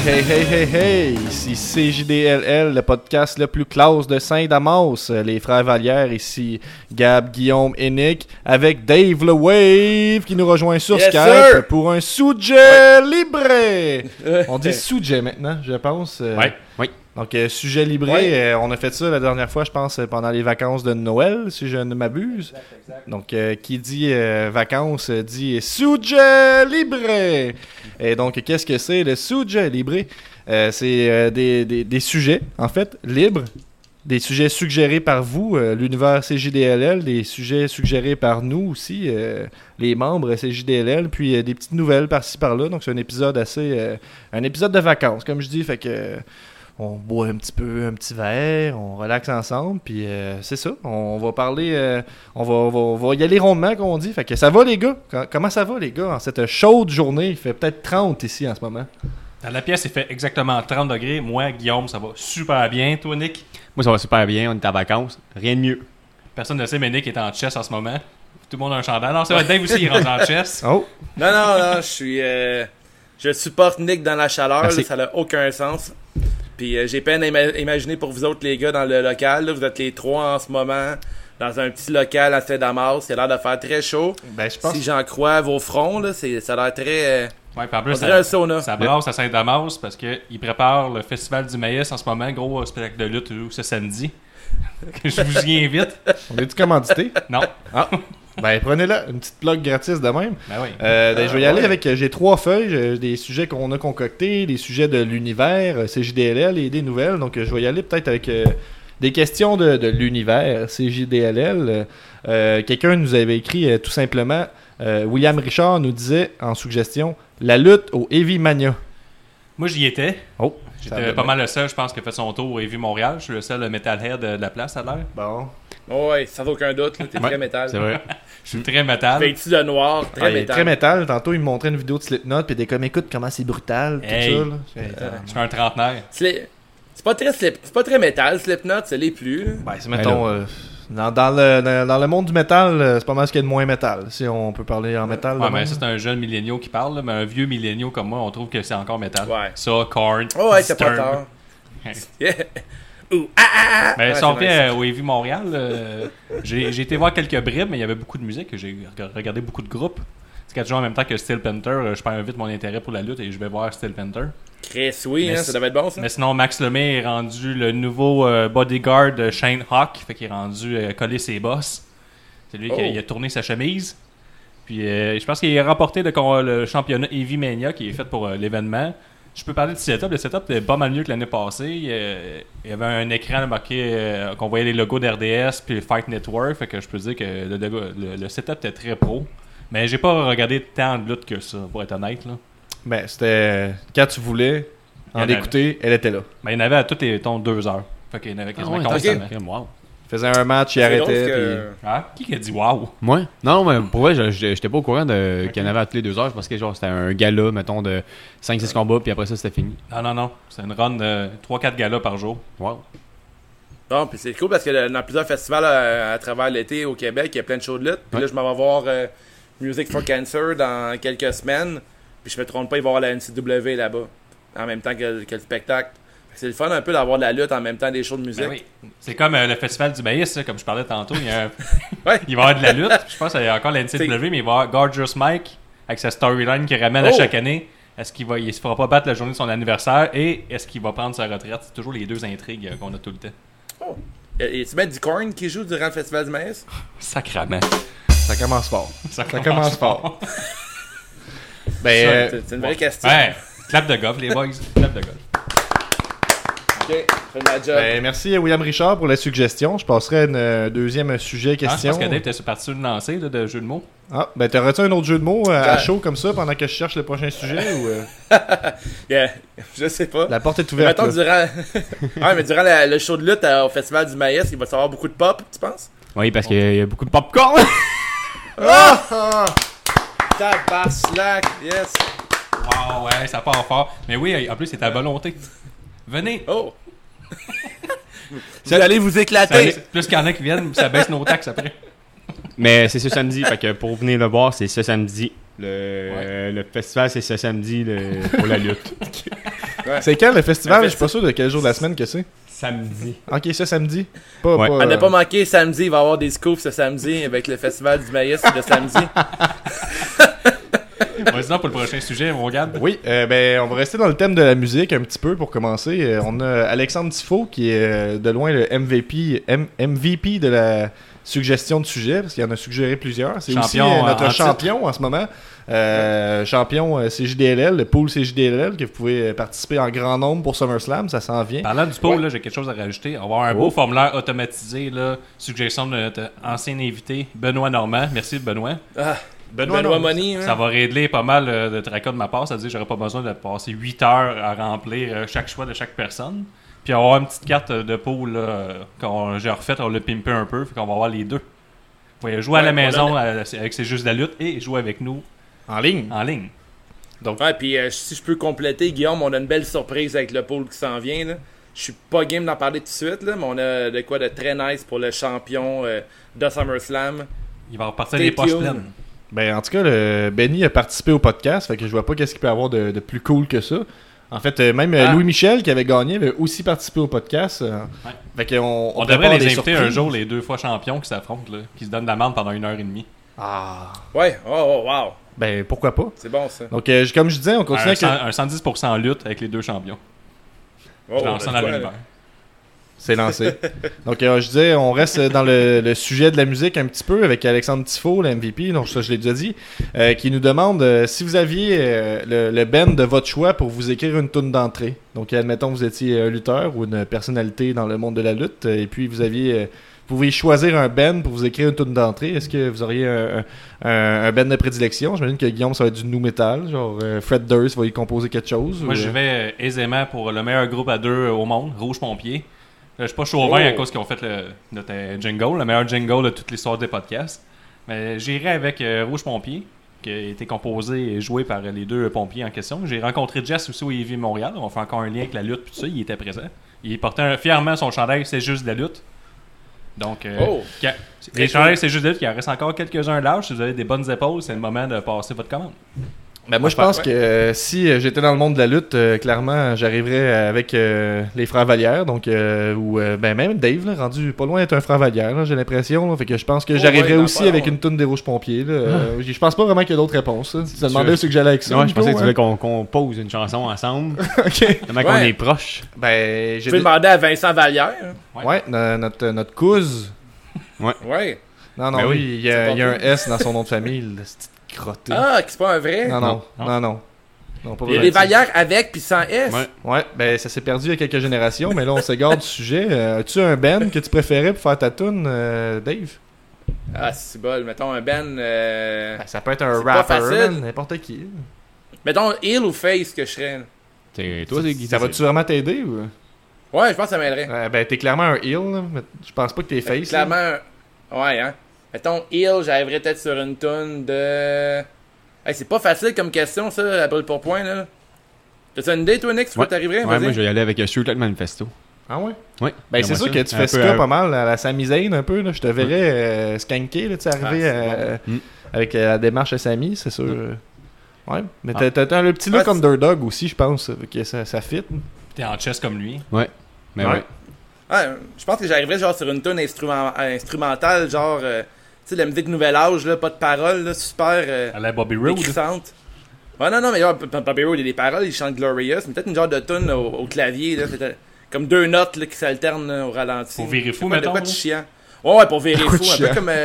Hey, ici CJDLL, le podcast le plus classe de Saint-Damas. Les frères Vallière, ici Gab, Guillaume et Nick, avec Dave le Wave qui nous rejoint sur Skype sir. pour un sujet libre. On dit sujet maintenant, je pense. Oui. Donc, sujet libre, on a fait ça la dernière fois, je pense, pendant les vacances de Noël, si je ne m'abuse. Exact. Donc, qui dit vacances dit sujet libre. Et donc, qu'est-ce que c'est le sujet libre? C'est des sujets, en fait, libres. Des sujets suggérés par vous, l'univers CJDLL, des sujets suggérés par nous aussi, les membres CJDLL, puis des petites nouvelles par-ci par-là. Donc, c'est un épisode un épisode de vacances, comme je dis, fait que... On boit un petit verre, on relaxe ensemble, puis c'est ça. On va parler, on va y aller rondement, comme on dit. Fait que ça va, les gars? Comment ça va, les gars, en cette chaude journée? Il fait peut-être 30 ici en ce moment. Dans la pièce, il fait exactement 30 degrés. Moi, Guillaume, ça va super bien. Toi, Nick? Moi, ça va super bien. On est en vacances. Rien de mieux. Personne ne sait, mais Nick est en chess en ce moment. Tout le monde a un chandail. Non, c'est vrai, Dave aussi, il rentre en chess. Oh! Non, je supporte Nick dans la chaleur, là, ça n'a aucun sens. Puis j'ai peine à imaginer pour vous autres, les gars, dans le local. Là, vous êtes les trois en ce moment dans un petit local à Saint-Damas. Il a l'air de faire très chaud. Ben, je pense... Si j'en crois à vos fronts, là, ça a l'air très... Ouais, puis en plus, on dirait un sauna. ça brasse à Saint-Damas parce qu'ils préparent le Festival du Maïs en ce moment. Gros spectacle de lutte ce samedi. Je vous y invite. On est-tu commandité? Non. Ah! Ben, prenez-la, une petite plug gratis de même. Ben oui. Je vais y aller avec... J'ai 3 feuilles, des sujets qu'on a concoctés, des sujets de l'univers, CJDLL et des nouvelles. Donc, je vais y aller peut-être avec des questions de l'univers, CJDLL. Quelqu'un nous avait écrit tout simplement... William Richard nous disait en suggestion la lutte au Heavy Mania. Moi, j'y étais. Oh! J'étais pas mal le seul, je pense, qui a fait son tour au Heavy Montréal. Je suis le seul metalhead de la place, ça a l'air. Bon. Ouais, sans aucun doute, là, t'es très métal. C'est vrai. Je suis très métal. Vêtu de noir, très Il est métal. très métal. Tantôt, il me montrait une vidéo de Slipknot, puis il était comme, écoute, comment c'est brutal, tout Hey. ça. Là. Je suis un trentenaire. C'est pas très métal, Slipknot, ça l'est plus. Là. Ben, c'est, mettons, dans le monde du métal, c'est pas mal ce qu'il y a de moins métal, si on peut parler en métal. Ouais, de mais même. ça, c'est un jeune milléniaux qui parle, là, mais un vieux milléniaux comme moi, on trouve que c'est encore métal. Ouais. Ça, Korn, Oh ouais, t'as pas Disturbed. tort. Ouais. Yeah. Ouh, ah! Ben, Ouais, si on c'est revient nice. au Heavy Montréal, j'ai été voir quelques bribes, mais il y avait beaucoup de musique. J'ai regardé beaucoup de groupes. C'est 4 jours en même temps que Steel Panther. Je perds vite mon intérêt pour la lutte et je vais voir Steel Panther. Chris, oui, Mais hein, ça devait être bon, ça. Mais sinon, Max Lemay est rendu le nouveau bodyguard de Shane Hawk. Fait qu'il est rendu coller ses bosses. C'est lui qui il a tourné sa chemise. Puis je pense qu'il a remporté le championnat Heavy Mania qui est fait pour l'événement. Je peux parler du setup. Le setup était pas mal mieux que l'année passée. Il y avait un écran marqué qu'on voyait les logos d'RDS puis Fight Network. Fait que je peux dire que le setup était très pro. Mais j'ai pas regardé tant de lutte que ça, pour être honnête. Là. Ben, c'était quand tu voulais Il y en en écouter, elle était là. Mais il y en avait à toutes les 2 heures. Fait qu'il y en avait quasiment constamment. Wow. Il faisait un match, il C'est arrêtait. drôle que- Ah, qui a dit wow? Moi? Non, mais pour vrai, j'étais pas au courant qu'il y en avait à toutes les 2 heures. Je pensais que genre, c'était un gala, mettons, de 5-6 combats, puis après ça, c'était fini. Non. C'est une run de 3-4 galas par jour. Wow. Bon, puis c'est cool parce que dans plusieurs festivals à travers l'été au Québec, il y a plein de shows de lutte. Puis là, je m'en vais voir Music for Cancer dans quelques semaines. Puis je me trompe pas, il va y avoir la NCW là-bas. En même temps que le spectacle. C'est le fun un peu d'avoir de la lutte en même temps des shows de musique. Ben oui. C'est comme le festival du maïs, ça, comme je parlais tantôt. Il, y a Ouais. il va y avoir de la lutte. Je pense qu'il y a encore la NCW, mais il va y avoir Gorgeous Mike avec sa storyline qu'il ramène à chaque année. Est-ce qu'il se fera pas battre la journée de son anniversaire et est-ce qu'il va prendre sa retraite? C'est toujours les deux intrigues qu'on a tout le temps. Oh. Et tu mets du Korn qui joue durant le festival du maïs? Sacrament. Ça commence fort. Ça commence fort. Ben, C'est une vraie question. Ouais. Clap de golf, les boys. Clap de golf. Ok, fais de la job. ben, merci à William Richard pour la suggestion. Je passerai à une deuxième sujet Ah, je question. pense que Dave était parti sur une lancée là, de jeu de mots. Ah, ben t'aurais-tu un autre jeu de mots à Ouais. chaud comme ça pendant que je cherche le prochain sujet ou Yeah, je sais pas. la porte est Mais ouverte? mettons, là. durant le show de lutte au festival du maïs, il va y avoir beaucoup de pop, tu penses? Oui, parce qu'il y a beaucoup de popcorn. Tabarnak, yes! Wow, ouais, ça part fort. Mais oui, en plus, c'est à volonté. Venez. Oh! Vous allez vous Ça- éclater! plus qu'il y en a qui viennent, ça baisse nos taxes après. Mais c'est ce samedi, fait que pour venir le voir, c'est ce samedi. Le festival, c'est ce samedi pour la lutte. C'est quand le festival? Un Je suis pas sûr de quel jour de la semaine que c'est. Samedi. Ok, ça samedi. Ouais. À ne pas manquer, samedi, il va y avoir des scoops ce samedi avec le festival du maïs le samedi. Vas-y, pour le prochain sujet, mon gars. Oui, on va rester dans le thème de la musique un petit peu pour commencer. On a Alexandre Tifo qui est de loin le MVP de la suggestion de sujet, parce qu'il en a suggéré plusieurs. C'est aussi notre champion en ce moment. Champion CJDLL, le pool CJDLL, que vous pouvez participer en grand nombre pour SummerSlam, ça s'en vient. Parlant du pool, là, j'ai quelque chose à rajouter. On va avoir un beau formulaire automatisé, là, suggestion de notre ancien invité, Benoît Normand. Merci, Benoît. Benoît Money. Ça va régler pas mal de tracas de ma part. Ça veut dire que j'aurais pas besoin de passer 8 heures à remplir chaque choix de chaque personne. Puis on va avoir une petite carte de pool là, quand j'ai refait, on l'a pimpé un peu. Fait qu'on va avoir les deux. Vous pouvez jouer à la maison avec C'est juste la lutte et jouer avec nous en ligne. Donc, puis si je peux compléter, Guillaume, on a une belle surprise avec le pool qui s'en vient. Là. Je suis pas game d'en parler tout de suite, là, mais on a de quoi de très nice pour le champion de SummerSlam. Il va repartir les poches pleines. En tout cas, Benny a participé au podcast, fait que je vois pas qu'est-ce qu'il peut avoir de plus cool que ça. En fait, même Louis Michel, qui avait gagné, avait aussi participé au podcast. Fait que on devrait les inviter un jour, les 2 fois champions qui s'affrontent, là, qui se donnent de la merde pendant 1h30. Ah. Ouais, wow. Pourquoi pas? C'est bon, ça. Donc, comme je disais, on continue avec... Un 110% lutte avec les 2 champions. Je lance ça dans l'univers. C'est lancé. Donc, je disais, on reste dans le sujet de la musique un petit peu avec Alexandre Tifo, le MVP, donc ça je l'ai déjà dit, qui nous demande si vous aviez le band de votre choix pour vous écrire une toune d'entrée. Donc, admettons vous étiez un lutteur ou une personnalité dans le monde de la lutte, et puis vous pouviez choisir un band pour vous écrire une toune d'entrée. Est-ce que vous auriez un band de prédilection? J'imagine que Guillaume, ça va être du nu metal, genre Fred Durst va y composer quelque chose. Moi, je vais aisément pour le meilleur groupe à 2 au monde, Rouge Pompier. Je suis pas chauvin à cause qu'ils ont fait notre jingle, le meilleur jingle de toute l'histoire des podcasts. Mais j'irai avec Rouge Pompier, qui a été composé et joué par les 2 pompiers en question. J'ai rencontré Jess aussi au EV Montréal. On fait encore un lien avec la lutte, puis tout ça. Il était présent. Il portait fièrement son chandail C'est juste de la lutte. Donc, les chandails C'est juste de la lutte, il en reste encore quelques-uns larges. Si vous avez des bonnes épaules, c'est le moment de passer votre commande. Moi, je pense que si j'étais dans le monde de la lutte, clairement, j'arriverais avec les frères Vallière, donc même Dave, là, rendu pas loin d'être un frère Vallière, là, j'ai l'impression. Là, fait que je pense que j'arriverais aussi avec une toune des Rouges Pompiers. Je pense pas vraiment qu'il y a d'autres réponses. Là. Tu te demandais ce que j'allais avec ça. Non, je pensais que tu voulais qu'on pose une chanson ensemble. Ok. Tellement qu'on est proches. Tu peux demander à Vincent Vallière. Ouais, notre cousin. Ouais. Non, lui, il y a un S dans son nom de famille. Crotté. Ah, c'est pas un vrai? Non. Il y a des Vallières avec puis sans S. Ouais, ça s'est perdu il y a quelques générations, mais là, on s'égare du sujet. As-tu un band que tu préférais pour faire ta toune, Dave? Ah, c'est bol. Mettons un band... ça peut être un rapper, n'importe qui. Mettons heel ou face que je serais. Ça va-tu vraiment t'aider ou... Ouais, je pense que ça m'aiderait. T'es clairement un heel, là, mais je pense pas que t'es face. Clairement, ouais, hein. Mettons, heel, j'arriverais peut-être sur une toune de... Hey, c'est pas facile comme question, ça, à brûle pour point, là. T'as-tu une idée, toi, Nick? Tu t'arriverais? Ouais, moi, je vais y aller avec Street Light Manifesto. Ah ouais? Oui. C'est sûr que tu fais ça pas mal à la Sami Zayn, un peu, là. Je te verrais skanker, là, tu sais, arriver avec la démarche à Sami, c'est sûr. Ouais, mais t'as le petit look underdog aussi, je pense, que ça fit. T'es en chess comme lui. Ouais. Mais ouais. Je pense que j'arriverais genre sur une tune instrumentale, genre, tu sais, la musique Nouvel Âge, là, pas de paroles, là, super à la Bobby Roode. Ouais, non, mais Bobby Roode, il y a des paroles, il chante Glorious, mais peut-être une genre de tune au clavier, là, comme 2 notes là, qui s'alternent au ralenti. Pour virer fou, mettons. Quoi de chiant. Ouais, pour virer fou, un peu comme...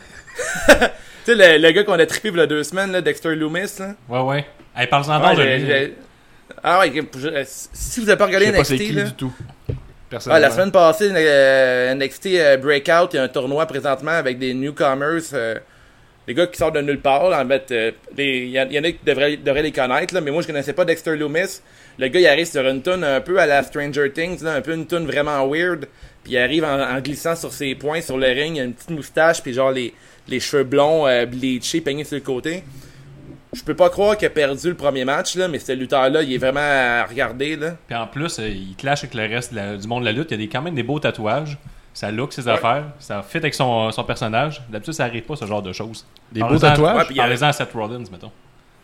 tu sais, le gars qu'on a trippé il y a 2 semaines, là, Dexter Loomis, là. Ouais. Hey, parle-en donc de lui. Ah ouais, si vous n'avez pas regardé NXT, c'est qui là... du tout. La semaine passée, NXT Breakout, il y a un tournoi présentement avec des newcomers, des gars qui sortent de nulle part. En fait, il y en a qui devraient les connaître, là, mais moi je connaissais pas Dexter Loomis. Le gars il arrive sur une toune un peu à la Stranger Things, là, un peu une toune vraiment weird. Puis il arrive en glissant sur ses poings sur le ring, il a une petite moustache, puis genre les cheveux blonds bleachés, peignés sur le côté. Je peux pas croire qu'il a perdu le premier match, là, mais ce lutteur-là, il est vraiment à regarder. Là. Puis en plus, il clash avec le reste du monde de la lutte. Il y a quand même des beaux tatouages. Ça look ses affaires. Ça fit avec son personnage. D'habitude, ça arrive pas, ce genre de choses. Des beaux tatouages? Parlez-en à Seth Rollins, mettons.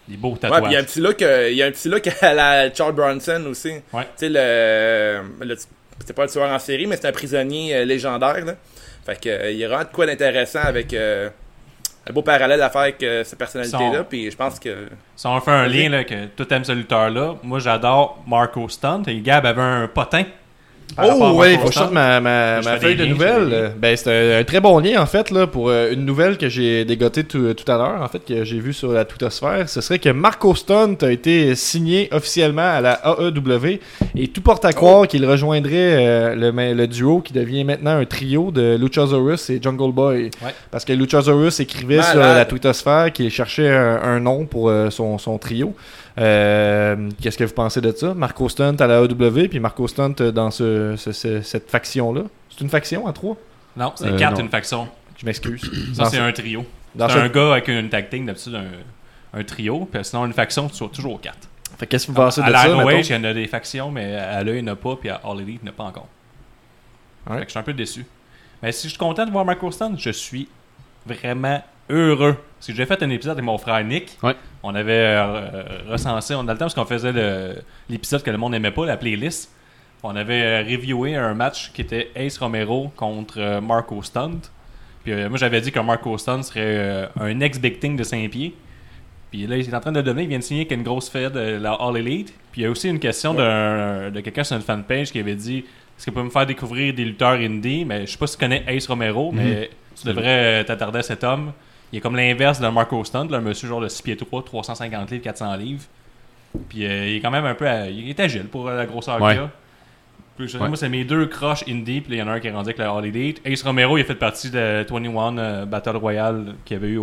Des beaux Ouais, tatouages. puis il y a un petit look à la Charles Bronson aussi. Ouais. Tu sais, c'est pas un tueur en série, mais c'est un prisonnier légendaire, là. Fait que, il y a vraiment de quoi d'intéressant avec un beau parallèle à faire avec cette personnalité-là, puis je pense que... Si on fait un lien, là, que tout aime ce lutteur-là, moi j'adore Marco Stunt, et Gab avait un potin. Oh oui, il faut que je sorte sorte ma feuille de nouvelles. Ben, c'est un très bon lien en fait là, pour une nouvelle que j'ai dégotée tout à l'heure, en fait, que j'ai vue sur la twittosphère. Ce serait que Marco Stunt a été signé officiellement à la AEW et tout porte à croire qu'il rejoindrait le duo qui devient maintenant un trio de Luchasaurus et Jungle Boy. Ouais. Parce que Luchasaurus écrivait sur la twittosphère qu'il cherchait un nom pour son trio. Qu'est-ce que vous pensez de ça? Marco Stunt à la AEW puis Marco Stunt dans cette faction-là. C'est une faction à 3? Non, c'est 4 non. une faction. Je m'excuse. Ça, c'est un trio. C'est un gars avec une tag team, d'habitude un trio. Puis sinon, une faction, c'est toujours 4. Fait qu'est-ce que vous pensez de à ça? À la mettons? il y en a des factions, mais à l'œil, il n'y en a pas. Puis à All Elite, il n'y en a pas encore. Ouais. Fait que je suis un peu déçu. Mais si je suis content de voir Marco Stunt, je suis vraiment heureux. Parce que j'ai fait un épisode avec mon frère Nick. Ouais. On avait recensé, on a le temps parce qu'on faisait l'épisode que le monde n'aimait pas, la playlist. On avait reviewé un match qui était Ace Romero contre Marco Stunt. Puis moi j'avais dit que Marco Stunt serait un ex-Big Thing de 5 pieds. Puis là il est en train de le donner, il vient de signer qu'une grosse fête de la All Elite. Puis il y a aussi une question de quelqu'un sur une fanpage qui avait dit est-ce que vous pouvez me faire découvrir des lutteurs indie? Mais je sais pas si tu connais Ace Romero, mais tu devrais t'attarder à cet homme. Il est comme l'inverse de Marco Stunt, là, un monsieur genre de 6 pieds 3, 350 livres, 400 livres. Puis il est quand même un peu... il est agile pour la grosseur qu'il a. Puis, moi, c'est mes 2 croches indie, puis il y en a un qui est rendu avec la All Elite. Ace Romero, il a fait partie de 21 Battle Royale qu'il y avait eu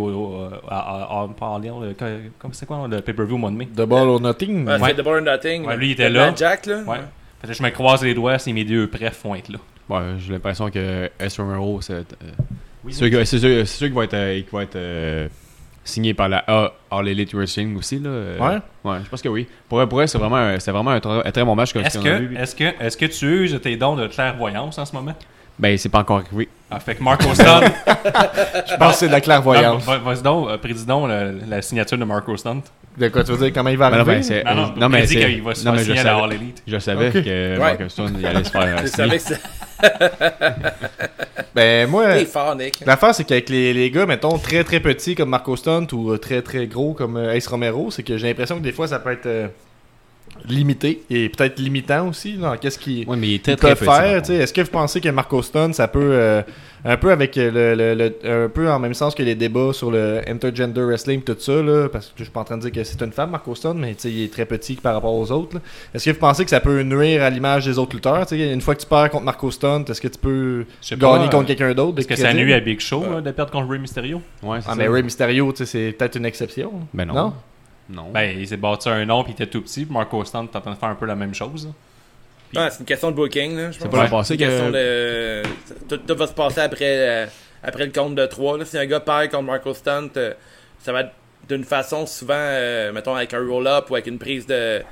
c'est quoi le pay-per-view au mois de mai? The Ball or Nothing? Ouais, c'est The Ball or Nothing. Ouais, lui, il était là. Jack, là. Ouais. Fait que je me croise les doigts si mes 2 prefs vont être là. Ouais, j'ai l'impression que S. Romero, c'est sûr qu'il va être signé par la All Elite Wrestling aussi. Là. Ouais, je pense que oui. Pour elle, c'est vraiment un très bon match. Est-ce que tu uses tes dons de clairvoyance en ce moment? Ben, c'est pas encore arrivé. Ah, fait que Marco Stunt... Je pense que c'est de la clairvoyance. Vas-y donc, prédis donc la signature de Marco Stunt. De quoi tu veux dire? Comment il va arriver? Non, mais c'est qu'il va signer à la All Elite. Je savais que Marco Stunt il allait se faire Je signer. savais que c'est... Ben, moi... T'es fort, Nick. L'affaire, c'est qu'avec les gars, mettons, très très petits comme Marco Stunt ou très très gros comme Ace Romero, c'est que j'ai l'impression que des fois, ça peut être limité et peut-être limitant aussi dans qu'est-ce qu'ils peuvent faire. Est-ce que vous pensez que Marco Stunt, ça peut un peu avec un peu en même sens que les débats sur le intergender wrestling tout ça là, parce que je suis pas en train de dire que c'est une femme Marco Stunt, mais il est très petit par rapport aux autres là. Est-ce que vous pensez que ça peut nuire à l'image des autres lutteurs? Une fois que tu perds contre Marco Stunt, est-ce que tu peux gagner contre quelqu'un d'autre? Est-ce que ça nuit à Big Show de perdre contre Rey Mysterio? Ouais, mais Rey Mysterio, c'est peut-être une exception. Ben non. Non. Ben, il s'est bâti un nom puis il était tout petit. Marco Stunt est en train de faire un peu la même chose. C'est une question de booking. Là, je pense. C'est pas passé que... question de... Tout va se passer après le compte de 3. Là. Si un gars perd contre Marco Stunt, ça va être d'une façon souvent, mettons, avec un roll-up ou avec une prise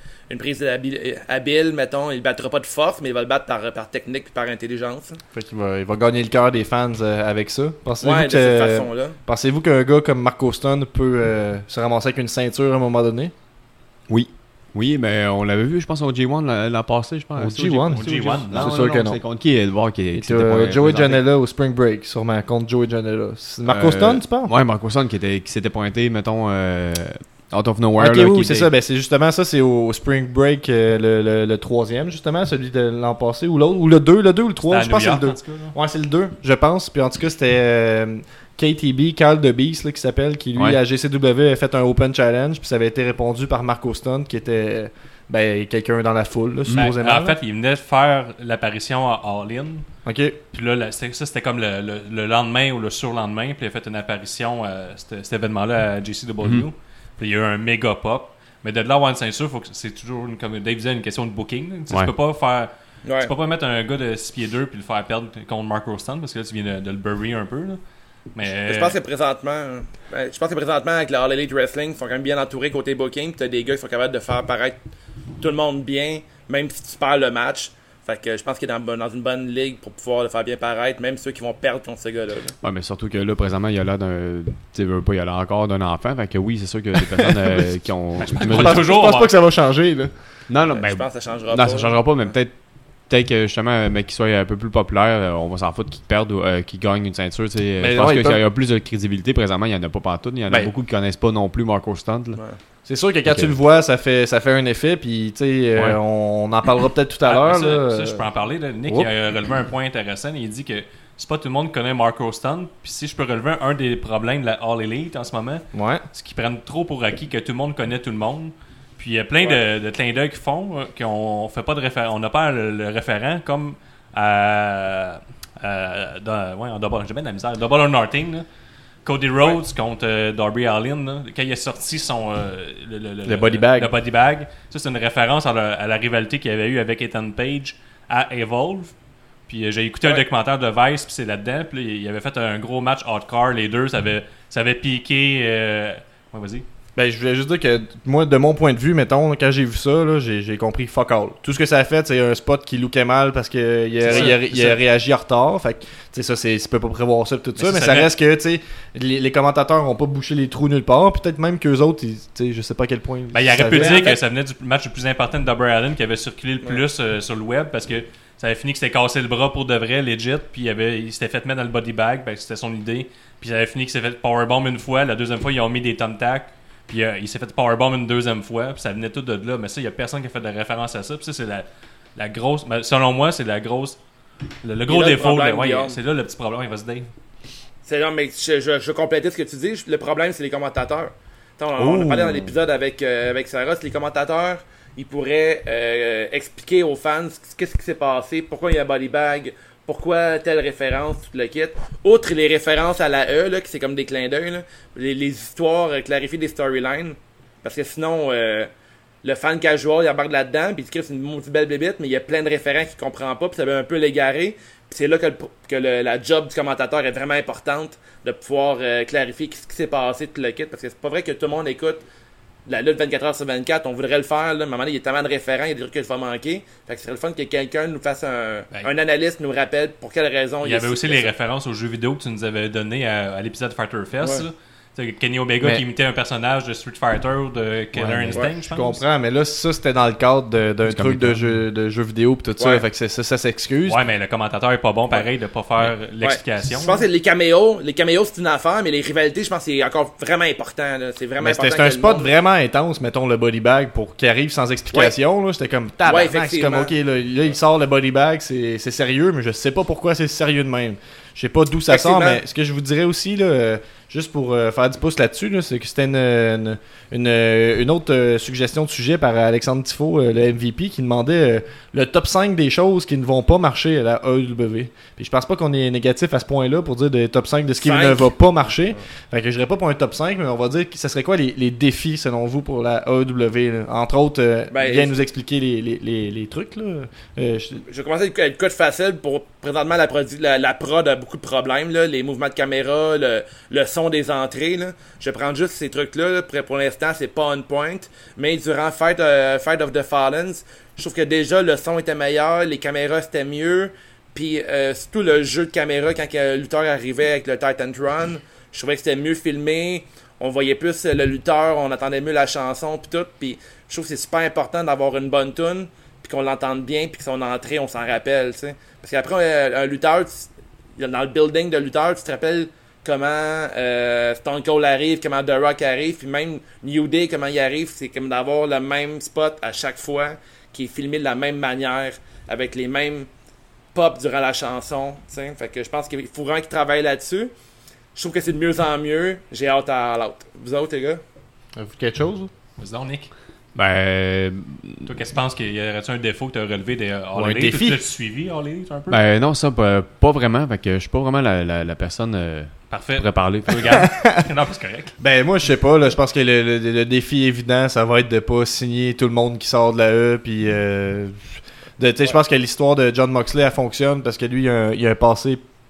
habile, mettons. Il ne battra pas de force, mais il va le battre par technique et par intelligence. Fait qu'il il va gagner le cœur des fans avec ça. Pensez-vous de cette façon-là. Pensez-vous qu'un gars comme Marco Stunt peut se ramasser avec une ceinture à un moment donné? Oui, mais on l'avait vu, je pense, au G1 l'an passé, je pense. Au G1? C'est sûr que non. C'est contre qui de voir qui Joey Janela au Spring Break, sûrement, contre Joey Janela. C'est Marco Stunt, tu penses? Ouais, Marco Stunt qui s'était pointé, mettons, out of nowhere. Ok, là, oui, c'est ça. Ben, c'est justement ça, c'est au Spring Break, le 3e, justement, celui de l'an passé, ou l'autre, ou le 2 ou le 3, je pense que c'est le 2. Ouais, c'est le 2, je pense. Puis en tout cas, c'était KTB, Carl de Beast, là, qui s'appelle, qui lui, à GCW, a fait un Open Challenge, puis ça avait été répondu par Marco Stunt, qui était quelqu'un dans la foule, là, supposément. En fait, il venait de faire l'apparition à All In. OK. Puis là, c'était comme le lendemain ou le surlendemain, puis il a fait une apparition à cet événement-là à JCW. Puis il y a eu un méga pop. Mais de là à avoir une ceinture, c'est toujours, comme Dave disait, une question de booking. Tu peux pas faire... Tu peux pas mettre un gars de 6 pieds 2 puis le faire perdre contre Marco Stunt, parce que là, tu viens de le bury un peu, là. Mais... Je pense que présentement, avec le All Elite Wrestling, ils sont quand même bien entourés côté booking. Puis t'as des gars qui sont capables de faire paraître tout le monde bien, même si tu perds le match. Fait que je pense qu'il est dans une bonne ligue pour pouvoir le faire bien paraître, même ceux qui vont perdre contre ce gars-là. Ouais, mais surtout que là, présentement, il y a l'air d'un. Tu veux pas, il y a l'air encore d'un enfant. Fait que oui, c'est sûr que des personnes qui ont. Je pense pas que ça va changer, là. Non, Je pense que ça changera pas. Non, ça changera pas, mais peut-être que justement, mais qu'il soit un peu plus populaire, on va s'en foutre qu'il perde ou qu'il gagne une ceinture. Je pense qu'il y a plus de crédibilité présentement. Il n'y en a pas partout. Il y en a beaucoup qui connaissent pas non plus Marco Stunt. C'est sûr que quand tu le vois, ça fait un effet. Puis, tu sais, on en parlera peut-être tout à l'heure. Ça, je peux en parler. Là. Nick il a relevé un point intéressant. Il dit que c'est pas tout le monde qui connaît Marco Stunt. Puis, si je peux relever un des problèmes de la All Elite en ce moment, c'est qu'ils prennent trop pour acquis que tout le monde connaît tout le monde. Puis il y a plein de clins d'œil qui font qu'on fait pas de référent. On n'a pas le référent comme en double. J'ai bien de la misère. Double or Nothing. Là. Cody Rhodes contre Darby Allin. Là, quand il a sorti son le body bag. Le body bag. Ça, c'est une référence à la rivalité qu'il avait eu avec Ethan Page à Evolve. Puis j'ai écouté un documentaire de Vice, puis c'est là-dedans. Puis il avait fait un gros match hardcore. Les deux, ça avait piqué. Vas-y. Ben, je voulais juste dire que moi, de mon point de vue, mettons, quand j'ai vu ça, là, j'ai compris fuck all. Tout ce que ça a fait, c'est un spot qui lookait mal parce qu'il a réagi en retard. Fait que, ça, tu peux pas prévoir ça tout ça, mais ça reste que, tu sais, les commentateurs ont pas bouché les trous nulle part. Peut-être même qu'eux autres, je sais pas à quel point. Ben, il aurait pu dire que ça venait du match le plus important de Darby Allin qui avait circulé le plus sur le web parce que ça avait fini que c'était cassé le bras pour de vrai, legit, puis il s'était fait mettre dans le body bag, ben, c'était son idée. Puis ça avait fini qu'il s'est fait powerbomb une fois, la deuxième fois, ils ont mis des thumbtacks. Puis il s'est fait powerbomb une deuxième fois, puis ça venait tout de là. Mais ça, il n'y a personne qui a fait de référence à ça. Puis ça, c'est la grosse. Selon moi, c'est la grosse. Le gros défaut. C'est là le petit problème. Il va se dire. C'est là, mais je complétais ce que tu dis. Le problème, c'est les commentateurs. On a parlé dans l'épisode avec Sarah. C'est les commentateurs. Ils pourraient expliquer aux fans qu'est-ce qui s'est passé, pourquoi il y a un body bag. Pourquoi telle référence, tout le kit. Outre les références à la E, là, qui c'est comme des clins d'œil, là, les histoires, clarifier des storylines. Parce que sinon, le fan casual, il embarque là-dedans, puis c'est une maudite belle bébite, mais il y a plein de référents qu'il comprend pas, puis ça va un peu l'égarer. Puis c'est là que la job du commentateur est vraiment importante, de pouvoir clarifier ce qui s'est passé, tout le kit. Parce que c'est pas vrai que tout le monde écoute la lutte 24h/24, on voudrait le faire, là, mais à un moment donné, il y a tellement de référents, il y a des trucs que ça va manquer. Fait que ce serait le fun que quelqu'un nous fasse un analyste, nous rappelle pour quelle raison il y avait aussi les références aux jeux vidéo que tu nous avais donné à l'épisode Fighter Fest. Kenny Omega qui imitait un personnage de Street Fighter ou de Killer Instinct, je pense. Je comprends, mais là, ça, c'était dans le cadre d'un truc de jeu vidéo pis tout ça, fait que ça s'excuse. Ouais, mais le commentateur est pas bon, pareil, de pas faire l'explication. Je pense que les caméos, c'est une affaire, mais les rivalités, je pense que c'est encore vraiment important. Là. C'est vraiment important. C'était un spot vraiment intense, mettons, le body bag, pour qu'il arrive sans explication. Là, c'était comme tabarnak, c'est comme, ok, là, il sort le body bag, c'est sérieux, mais je sais pas pourquoi c'est sérieux de même. Je sais pas d'où ça sort, mais ce que je vous dirais aussi, là, juste pour faire du pouce là-dessus, là, c'est que c'était une autre suggestion de sujet par Alexandre Tifo, le MVP, qui demandait le top 5 des choses qui ne vont pas marcher à la AEW. Puis je pense pas qu'on est négatif à ce point-là pour dire des top 5 de ce qui ne va pas marcher. Fait que je dirais pas pour un top 5, mais on va dire que ça serait quoi les défis selon vous pour la AEW, là? Entre autres, bien nous expliquer les trucs. Là. Je vais commencer avec le code facile pour présentement la prod a beaucoup de problèmes, là, les mouvements de caméra, le son des entrées. Là. Je vais prendre juste ces trucs-là. Là. Pour l'instant, c'est pas on point. Mais durant Fight of the Fallen, je trouve que déjà le son était meilleur, les caméras c'était mieux. Puis surtout le jeu de caméra quand le lutteur arrivait avec le Titan Run, je trouvais que c'était mieux filmé. On voyait plus le lutteur, on entendait mieux la chanson puis tout. Puis je trouve que c'est super important d'avoir une bonne tune, puis qu'on l'entende bien, puis que son entrée, on s'en rappelle. T'sais. Parce qu'après, un lutteur, dans le building de lutteur, tu te rappelles comment Stone Cold arrive, comment The Rock arrive, puis même New Day, comment il arrive. C'est comme d'avoir le même spot à chaque fois, qui est filmé de la même manière, avec les mêmes pops durant la chanson. T'sais. Fait que je pense qu'il faut vraiment qu'ils travaillent là-dessus. Je trouve que c'est de mieux en mieux. J'ai hâte à l'autre. Vous autres, les gars? Avez-vous quelque chose? Vas-y donc, Nick. Ben. Toi, qu'est-ce que tu penses qu'il y aurait-tu un défaut que tu as relevé des All Elite? Un défi? Tu l'as suivi, All Elite, un peu? Ben non, ça, pas vraiment. Fait que je suis pas vraiment la personne Parfait. qui pourrait parler. Regarde. Non, c'est correct. Ben moi, je sais pas. Là, je pense que le défi évident, ça va être de pas signer tout le monde qui sort de la E. Puis, je pense que l'histoire de John Moxley, elle fonctionne parce que lui, il a un passé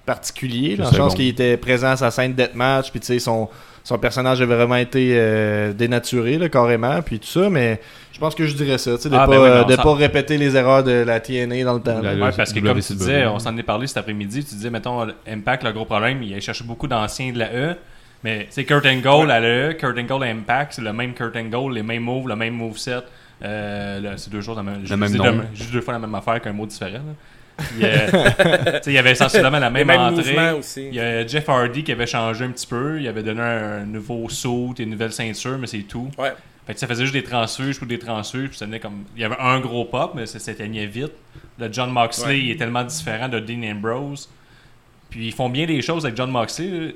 particulier, dans le sens qu'il était présent à sa scène deathmatch, puis tu sais, son personnage a vraiment été dénaturé, là, carrément, puis tout ça, mais je pense que je dirais ça, tu sais, de pas répéter les erreurs de la TNA dans le temps. Ouais, parce que comme tu disais, on s'en est parlé cet après-midi, tu disais, mettons, Impact, le gros problème, il a cherché beaucoup d'anciens de la E, mais c'est Kurt Angle à la E, Kurt Angle à Impact, c'est le même Kurt Angle, les mêmes moves, le même moveset, c'est deux choses, juste deux fois la même affaire qu'un mot différent, là. Il y avait essentiellement la même entrée. Aussi. Il y a Jeff Hardy qui avait changé un petit peu. Il avait donné un nouveau suit et une nouvelle ceinture, mais c'est tout. Ouais. Fait que ça faisait juste des transfuges ou des transfuges. Puis ça venait comme... Il y avait un gros pop, mais ça s'éteignait vite. Le John Moxley il est tellement différent de Dean Ambrose. Puis ils font bien des choses avec John Moxley.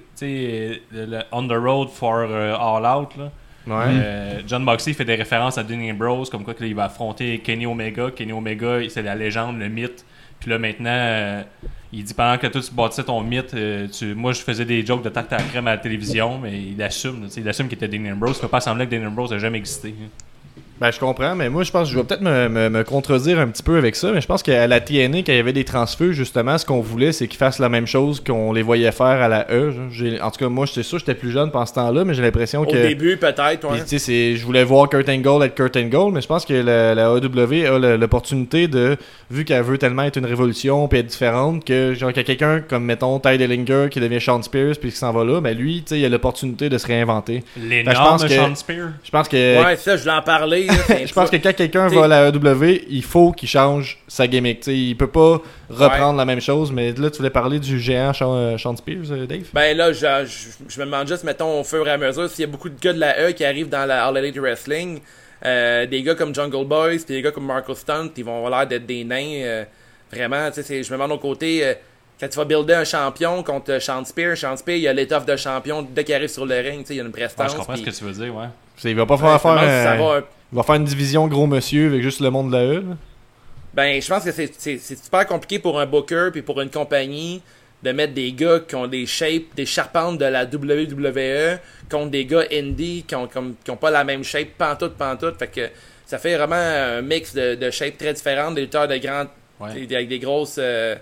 Le On the Road for All Out. Là. Ouais. John Moxley fait des références à Dean Ambrose, comme quoi il va affronter Kenny Omega. Kenny Omega, c'est la légende, le mythe. Puis là, maintenant, il dit pendant que toi, tu bâtissais ton mythe, moi, je faisais des jokes de tarte à la crème à la télévision, mais il assume qu'il était Dean Ambrose. Il ne faut pas sembler que Dean Ambrose n'a jamais existé. Ben, je comprends, mais moi, je pense que je vais peut-être me contredire un petit peu avec ça, mais je pense qu'à la TNA, quand il y avait des transfers, justement, ce qu'on voulait, c'est qu'ils fassent la même chose qu'on les voyait faire à la E. En tout cas, moi, j'étais sûr, j'étais plus jeune pendant ce temps-là, mais j'ai l'impression que... Au début, peut-être, ouais. Puis, je voulais voir Kurt Angle être Kurt Angle, mais je pense que la AEW a l'opportunité de, vu qu'elle veut tellement être une révolution puis être différente, que genre qu'il y a quelqu'un comme, mettons, Ty Dillinger qui devient Sean Spears puis qui s'en va là, ben lui, tu sais, il a l'opportunité de se réinventer. L'énorme Sean Spears. Je pense que... Ouais, ça, je voulais en parler. Je pense que quand quelqu'un va à la AEW, il faut qu'il change sa gimmick. T'sais, il peut pas reprendre la même chose, mais là, tu voulais parler du géant Sean Spears, Dave? Ben là, je me demande juste, mettons, au fur et à mesure, s'il y a beaucoup de gars de la E qui arrivent dans la All Elite Wrestling, des gars comme Jungle Boys, puis des gars comme Marco Stunt, ils vont avoir l'air d'être des nains. Vraiment, tu sais, je me demande au côté... quand tu vas builder un champion contre Sean Spears, il y a l'étoffe de champion dès qu'il arrive sur le ring, il y a une prestance. Je comprends ce que tu veux dire, ouais. Il va pas il va faire une division gros monsieur avec juste le monde de la E. Là. Ben, je pense que c'est super compliqué pour un booker puis pour une compagnie de mettre des gars qui ont des shapes, des charpentes de la WWE contre des gars indie qui ont pas la même shape pantoute. Fait que ça fait vraiment un mix de shapes très différentes, des lutteurs de grandes avec des grosses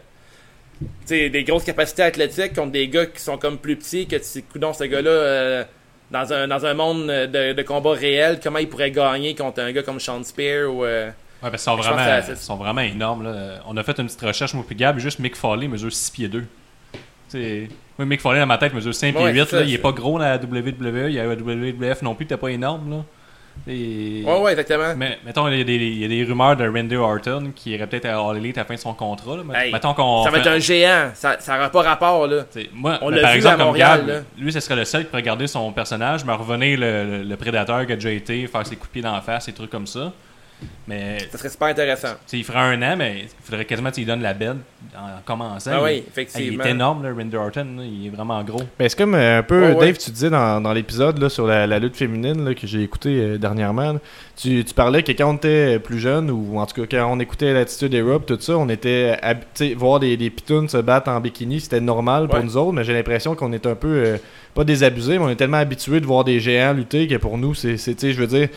des grosses capacités athlétiques contre des gars qui sont comme plus petits que coudonc ce gars-là dans un monde de combat réel, comment il pourrait gagner contre un gars comme Sean Spears ou ouais, parce qu'ils sont vraiment énormes. Là. On a fait une petite recherche, moi et Gab, juste Mick Foley mesure 6 pieds 2. Moi, Mick Foley dans ma tête mesure 5 pieds 8. Là, il est pas gros dans la WWE, il y a la WWF non plus, t'es pas énorme. Là. Ouais, exactement. Mais mettons, il y a des rumeurs de Randy Orton qui irait peut-être à All Elite à la fin de son contrat. Là. Mettons qu'on ça va être un géant, ça n'aura pas rapport. Là. Moi, on par l'a vu exemple, à Montréal, comme Gab, lui, ce serait le seul qui pourrait garder son personnage, mais revenir le prédateur qui a déjà été, faire ses coups de pied dans la face, des trucs comme ça. Mais ça serait super intéressant. Il ferait un an, mais il faudrait quasiment qu'il donne la belle en commençant. Ah oui, effectivement. Il est énorme, là, Randy Orton. Là, il est vraiment gros. Ben, c'est comme un peu, Dave, tu disais dans l'épisode là, sur la lutte féminine là, que j'ai écouté dernièrement. Là, tu parlais que quand on était plus jeune, ou en tout cas quand on écoutait l'Attitude Era, tout ça, on était voir des pitounes se battre en bikini, c'était normal pour nous autres, mais j'ai l'impression qu'on est un peu, pas désabusés, mais on est tellement habitués de voir des géants lutter que pour nous, c'est je veux dire,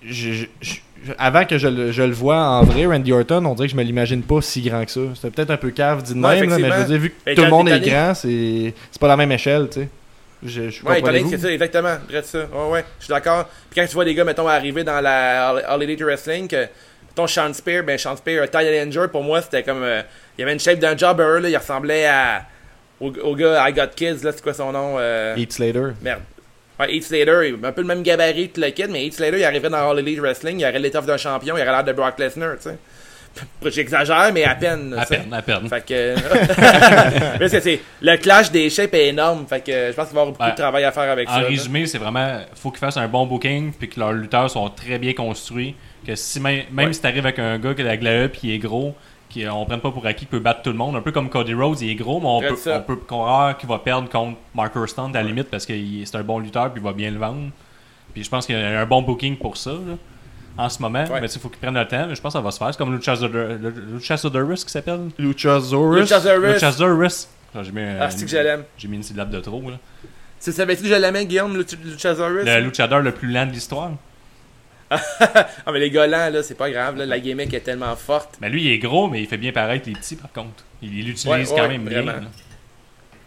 avant que je le vois en vrai, Randy Orton, on dirait que je me l'imagine pas si grand que ça. C'était peut-être un peu cave dit de même, là, mais je veux dire, vu que tout le monde est grand, c'est pas la même échelle, tu sais. C'est ça, exactement. Bref, ça. Ouais, je suis d'accord. Puis quand tu vois des gars, mettons, arriver dans la All Elite Wrestling, que, mettons, Sean Spears, Ty Dillinger, pour moi, c'était comme. Il avait une shape d'un jobber, là, il ressemblait au gars I Got Kids, là, c'est quoi son nom Heath Slater. Merde. Ouais, Heath Slater, un peu le même gabarit que le kid, mais Heath Slater, il arrivait dans All Elite Wrestling, il aurait l'étoffe d'un champion, il aurait l'air de Brock Lesnar, tu sais. J'exagère, mais à peine. À peine. Fait que. Parce que c'est. Le clash des shapes est énorme. Fait que je pense qu'il va y avoir beaucoup de travail à faire avec ça. En résumé, c'est vraiment. Faut qu'ils fassent un bon booking, puis que leurs lutteurs sont très bien construits. Que si même si t'arrives avec un gars qui a la glace puis il est gros, on prenne pas pour acquis qu'il peut battre tout le monde. Un peu comme Cody Rhodes, il est gros, mais on peut croire qu'il va perdre contre Mark Stunt à la limite parce que c'est un bon lutteur puis il va bien le vendre. Puis je pense qu'il y a un bon booking pour ça. Là. En ce moment, mais il faut qu'ils prennent le temps. Mais je pense que ça va se faire. C'est comme Luchasaurus qui s'appelle. Luchasaurus. C'est que je l'aime. J'ai mis une syllabe de trop. Là. Tu savais-tu que je l'aimais, Guillaume, Luchasaurus? Le luchador le plus lent de l'histoire. Ah, mais les gars lents, là, c'est pas grave. Là, la gimmick est tellement forte. Mais lui, il est gros, mais il fait bien paraître les petits, par contre. Il l'utilise quand même bien.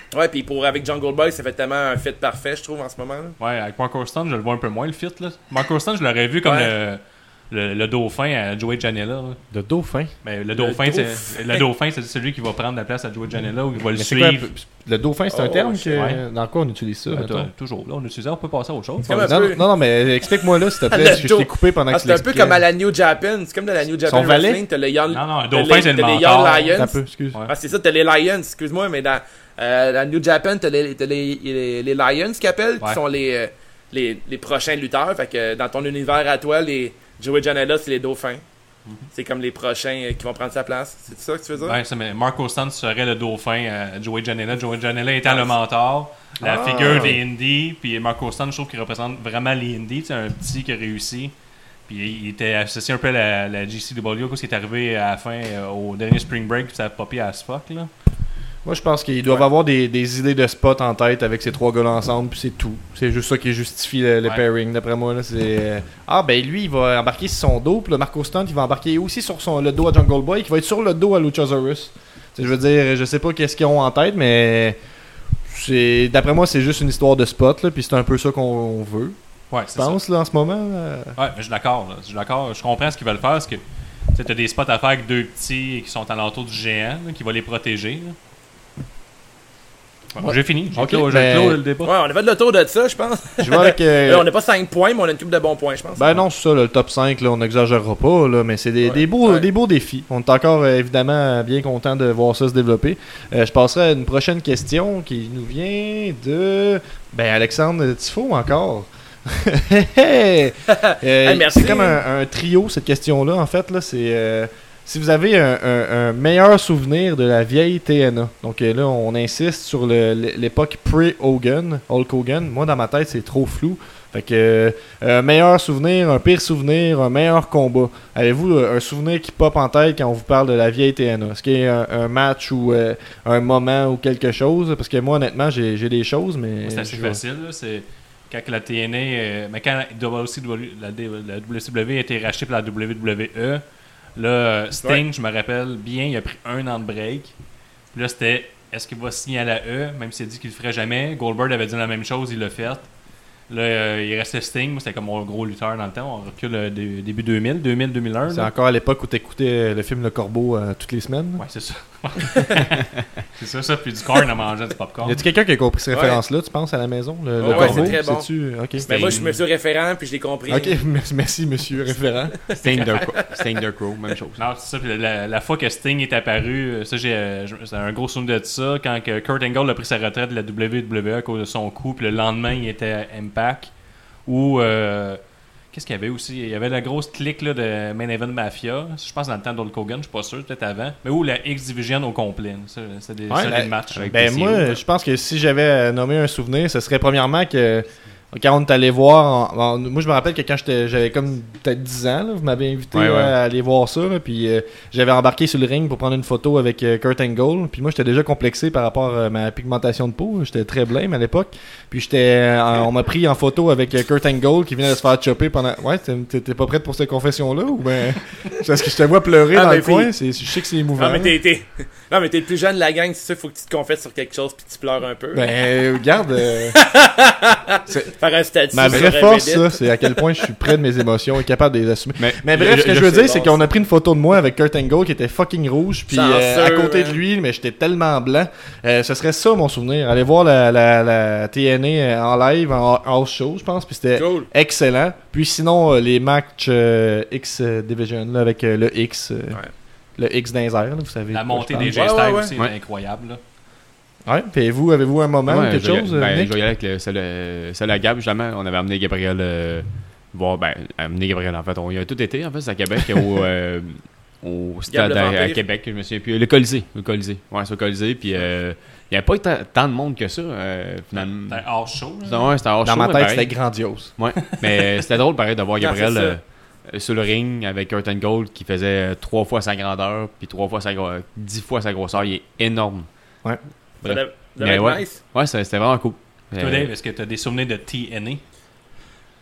Ouais, puis avec Jungle Boy, ça fait tellement un fit parfait, je trouve, en ce moment. Là. Ouais, avec Marco Stunt, je le vois un peu moins le fit. Là. Marco Stunt, je l'aurais vu comme le dauphin à Joey Janela. Là. Le dauphin? Mais le dauphin, c'est celui qui va prendre la place à Joey Janela ou qui va le suivre. Le dauphin, c'est un terme que dans quoi on utilise ça? Toujours. Là, on utilise ça, on peut passer à autre chose. Non, mais explique-moi là, s'il te plaît, parce que je t'ai coupé pendant que tu l'expliquais. C'est un peu comme à la New Japan. C'est comme dans la New Japan Wrestling. T'as le Young... Non, le dauphin, c'est le mentor. T'as les Young Lions. Excuse. Ah, c'est ça, t'as les Lions, excuse-moi, mais dans la New Japan, t'as les Lions qui appellent, qui sont les prochains lutteurs. Fait que dans ton univers à toi, les Joey Janela, c'est les dauphins. C'est comme les prochains qui vont prendre sa place. C'est ça que tu veux dire? Ouais, mais Marco Stunt serait le dauphin à Joey Janela. Joey Janela étant le mentor, la figure des Indies. Puis Marco Stunt, je trouve qu'il représente vraiment les Indies. C'est un petit qui a réussi. Puis il était associé un peu à la GCW, parce qu'il est arrivé à la fin au dernier Spring Break, puis ça a popé à fuck, là. Moi, je pense qu'ils doivent avoir des idées de spot en tête avec ces trois gars-là ensemble, puis c'est tout. C'est juste ça qui justifie le pairing, d'après moi. Là, c'est ben lui, il va embarquer sur son dos, puis le Marco Stunt, il va embarquer aussi sur le dos à Jungle Boy, qui va être sur le dos à Luchasaurus. Je veux dire, je sais pas qu'est-ce qu'ils ont en tête, mais d'après moi, c'est juste une histoire de spot, là, puis c'est un peu ça qu'on veut. Ouais, je pense, là, en ce moment. Ouais, mais je suis d'accord. Je comprends ce qu'ils veulent faire, parce que tu as des spots à faire avec deux petits qui sont à l'entour du géant, là, qui va les protéger. Là. Ouais, j'ai fini. J'ai clos le débat. Ouais, on a fait le tour de ça, je pense. Je vois avec, on n'a pas 5 points, mais on a une couple de bons points, je pense. Ben non, c'est ça, le top 5, là, on n'exagérera pas, là, mais c'est des beaux défis. On est encore évidemment bien content de voir ça se développer. Je passerai à une prochaine question qui nous vient de Alexandre Tifo encore. Merci. C'est comme un trio cette question-là, en fait. Là, c'est si vous avez un meilleur souvenir de la vieille TNA. Donc là, on insiste sur l'époque pre-Hogan, Hulk Hogan. Moi, dans ma tête, c'est trop flou. Fait que un meilleur souvenir, un pire souvenir, un meilleur combat. Avez-vous un souvenir qui pop en tête quand on vous parle de la vieille TNA? Est-ce qu'il y a un match ou un moment ou quelque chose? Parce que moi, honnêtement, j'ai des choses, mais... C'est assez facile, là. C'est... Quand la TNA... mais quand la WCW a été rachetée par la WWE... Là, Sting, je me rappelle bien, il a pris 1 an de break. Puis là, c'était est-ce qu'il va signer à la E, même s'il a dit qu'il le ferait jamais. Goldberg avait dit la même chose, il l'a fait. Là, il restait Sting, c'était comme mon gros lutteur dans le temps. On recule début 2000-2001. C'est encore à l'époque où t'écoutais le film Le Corbeau toutes les semaines. Ouais, c'est ça. c'est ça, puis du corn à manger, du popcorn. Y a-tu quelqu'un qui a compris cette référence-là, tu penses, à la maison? Le Corbeau, c'est très bon. Okay. Mais moi, je suis monsieur référent, puis je l'ai compris. Ok, merci monsieur référent. Sting the Crow, même chose. Non, c'est ça, puis la fois que Sting est apparu, ça, c'est un gros souvenir de ça, quand que Kurt Angle a pris sa retraite de la WWE à cause de son coup, puis le lendemain, il était à Impact, où... qu'est-ce qu'il y avait aussi? Il y avait la grosse clique là, de Main Event Mafia. Je pense dans le temps d'Hulk Hogan, je suis pas sûr, peut-être avant. Mais où la X-Division au complet. C'est des matchs. Moi, je pense que si j'avais nommé un souvenir, ce serait premièrement que quand on est allé voir... moi, je me rappelle que quand j'avais comme peut-être 10 ans, là, vous m'avez invité à aller voir ça. Là, puis j'avais embarqué sur le ring pour prendre une photo avec Kurt Angle. Puis moi, j'étais déjà complexé par rapport à ma pigmentation de peau. J'étais très blême à l'époque. Puis on m'a pris en photo avec Kurt Angle qui venait de se faire chopper pendant... Ouais, t'es pas prête pour cette confession-là? Ou ben parce que je te vois pleurer dans le coin. Je sais que c'est émouvant. Non, mais t'es le plus jeune de la gang. C'est sûr, il faut que tu te confesses sur quelque chose puis tu pleures un peu. Ben, regarde... Faire un statut ma vraie force, ça, c'est à quel point je suis près de mes émotions et capable de les assumer. Mais bref, ce que je veux dire, c'est qu'on a pris une photo de moi avec Kurt Angle qui était fucking rouge, puis à côté de lui, mais j'étais tellement blanc. Ce serait ça mon souvenir. Aller voir la TNA en live, en house show, je pense, puis c'était excellent. Puis sinon, les matchs X-Division là, avec le X, le X dans les airs, là, vous savez. La montée des J-Styles aussi est incroyable, là. Ouais, puis vous, avez-vous un moment ou quelque chose? Je vais y aller avec celle à Gab, justement. On avait amené Gabriel amener Gabriel, en fait. On y a tout été, en fait, c'est à Québec, au stade à Québec, je me souviens plus. Le Colisée. Ouais, c'est au Colisée, puis il n'y avait pas tant de monde que ça, finalement. C'était hors show, là. Ouais, c'était hors show. Dans ma tête, c'était grandiose. Ouais, mais c'était drôle, pareil, de voir Gabriel sur le ring avec Kurt Angle qui faisait 3 fois sa grandeur, puis 10 fois sa grosseur. Il est énorme. Ouais. Nice. Ouais, c'était vraiment cool. Toi, Dave, est-ce que tu as des souvenirs de TNA?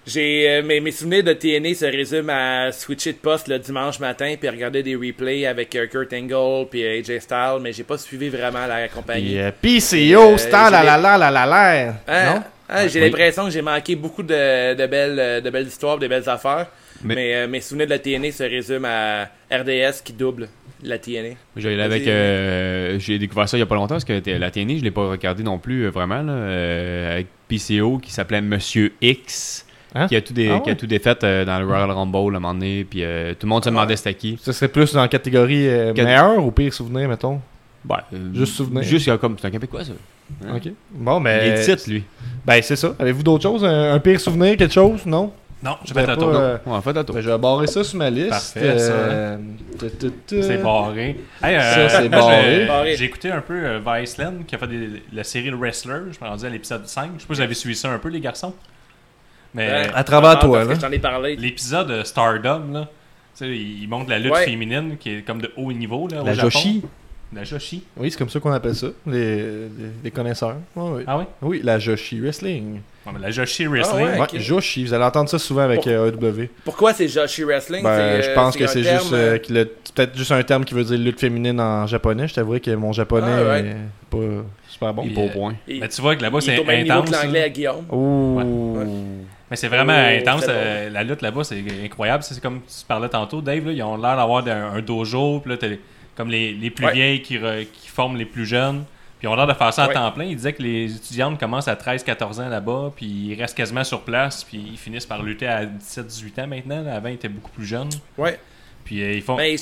Mes souvenirs de TNA se résument à switcher de poste le dimanche matin puis regarder des replays avec Kurt Angle puis AJ Styles, mais j'ai pas suivi vraiment la compagnie. PCO, Styles, non? J'ai l'impression que j'ai manqué beaucoup de belles histoires, de belles affaires. Mais mes souvenirs de la TNA se résument à RDS qui double la TNA. J'ai découvert ça il y a pas longtemps parce que la TNA, je l'ai pas regardé non plus vraiment là, avec PCO qui s'appelait Monsieur X. Qui a tout défait dans le Royal Rumble à un moment donné, puis tout le monde se demandait c'était qui. Ça serait plus dans la catégorie meilleur ou pire souvenir, mettons? Juste souvenir. Juste comme, c'est un Québécois, ça. Hein? Ok. Bon, mais. Il est titre, lui. Ben, c'est ça. Avez-vous d'autres choses? Un pire souvenir, quelque chose? Non? Non, j'ai fait un tour. Ouais, fait un tour. Ben, je vais barrer ça sur ma liste. Parfait, ça. C'est barré. Ça, c'est barré. J'ai écouté un peu Viceland qui a fait la série Le Wrestler. Je me rendu à l'épisode 5. Je sais pas si vous avez suivi ça un peu, les garçons. Mais à travers toi, là. J'en ai parlé. L'épisode Stardom, là, tu sais, il montre la lutte féminine qui est comme de haut niveau, là, la Joshi. La Joshi. Oui, c'est comme ça qu'on appelle ça, les connaisseurs. Oui. Ah oui? Oui, la Joshi Wrestling. Ouais, mais la Joshi Wrestling. Okay. Joshi, vous allez entendre ça souvent avec AEW. Pourquoi c'est Joshi Wrestling? Je pense que c'est juste peut-être juste un terme qui veut dire lutte féminine en japonais. Je t'avouerais que mon japonais est pas super bon. Il est pas au point. Mais tu vois que là-bas, c'est intense. Même niveau que l'anglais à Guillaume. Ouais. Mais c'est vraiment intense. La lutte là-bas, c'est incroyable. C'est comme tu parlais tantôt, Dave. Là, ils ont l'air d'avoir un dojo. Puis là, t'as comme les plus vieilles qui forment les plus jeunes. Puis ils ont l'air de faire ça à temps plein. Ils disaient que les étudiantes commencent à 13-14 ans là-bas. Puis ils restent quasiment sur place. Puis ils finissent par lutter à 17-18 ans maintenant. Là, avant, ils étaient beaucoup plus jeunes. Ouais. Puis ils font. Mais je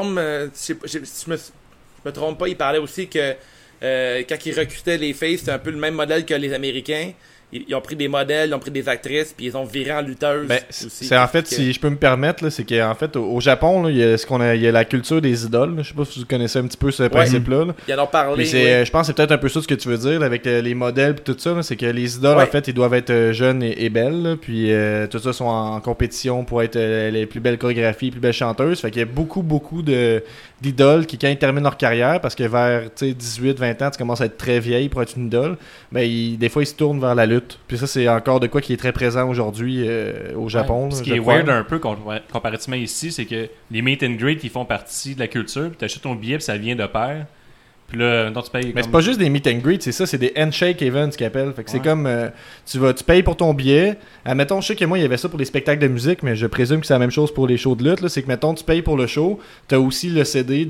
me trompe pas, il parlait aussi que quand ils recrutaient les faces, c'était un peu le même modèle que les Américains. Ils ont pris des modèles, ils ont pris des actrices, puis ils ont viré en lutteuses. Aussi, c'est en fait, si je peux me permettre, là, c'est qu'en fait, au Japon, là, il y a la culture des idoles. Là. Je sais pas si vous connaissez un petit peu ce principe-là. Là. Ils en ont parlé. Je pense que c'est peut-être un peu ça ce que tu veux dire là, avec les modèles et tout ça. Là, c'est que les idoles, en fait, ils doivent être jeunes et belles. Là, puis tout ça sont en compétition pour être les plus belles chorégraphies, les plus belles chanteuses. Fait qu'il y a beaucoup d'idoles qui, quand ils terminent leur carrière, parce que vers 18-20 ans, tu commences à être très vieille pour être une idole, des fois, ils se tournent vers la lutte. Puis ça, c'est encore de quoi qui est très présent aujourd'hui au Japon. Ce qui est weird un peu comparativement ici, c'est que les meet and greet, ils font partie de la culture. Puis tu achètes ton billet, puis ça vient de pair. Puis là, tu payes. Mais c'est pas juste des meet and greet, c'est ça, c'est des handshake events qu'ils appellent. Fait que c'est comme tu payes pour ton billet. Admettons, je sais que moi, il y avait ça pour les spectacles de musique, mais je présume que c'est la même chose pour les shows de lutte. Là. C'est que, mettons, tu payes pour le show, t'as aussi le CD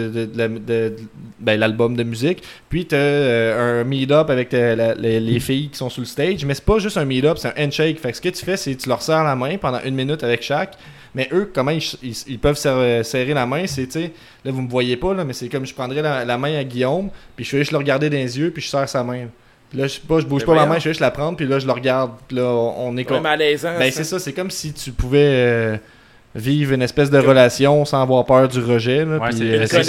de l'album de musique, puis t'as un meet-up avec les filles qui sont sur le stage. Mais c'est pas juste un meet-up, c'est un handshake. Fait que ce que tu fais, c'est que tu leur serres la main pendant 1 minute avec chaque. Mais eux, comment ils peuvent serrer la main, c'est, tu sais, là, vous me voyez pas, là, mais c'est comme je prendrais la main à Guillaume, puis je fais juste le regarder dans les yeux, puis je serre sa main. Puis là, je bouge pas ma main, je fais juste la prendre, puis là, je le regarde, puis là, on est comme... malaisant. Ben, c'est ça, c'est comme si tu pouvais vivre une espèce de relation sans avoir peur du rejet, là. Ouais,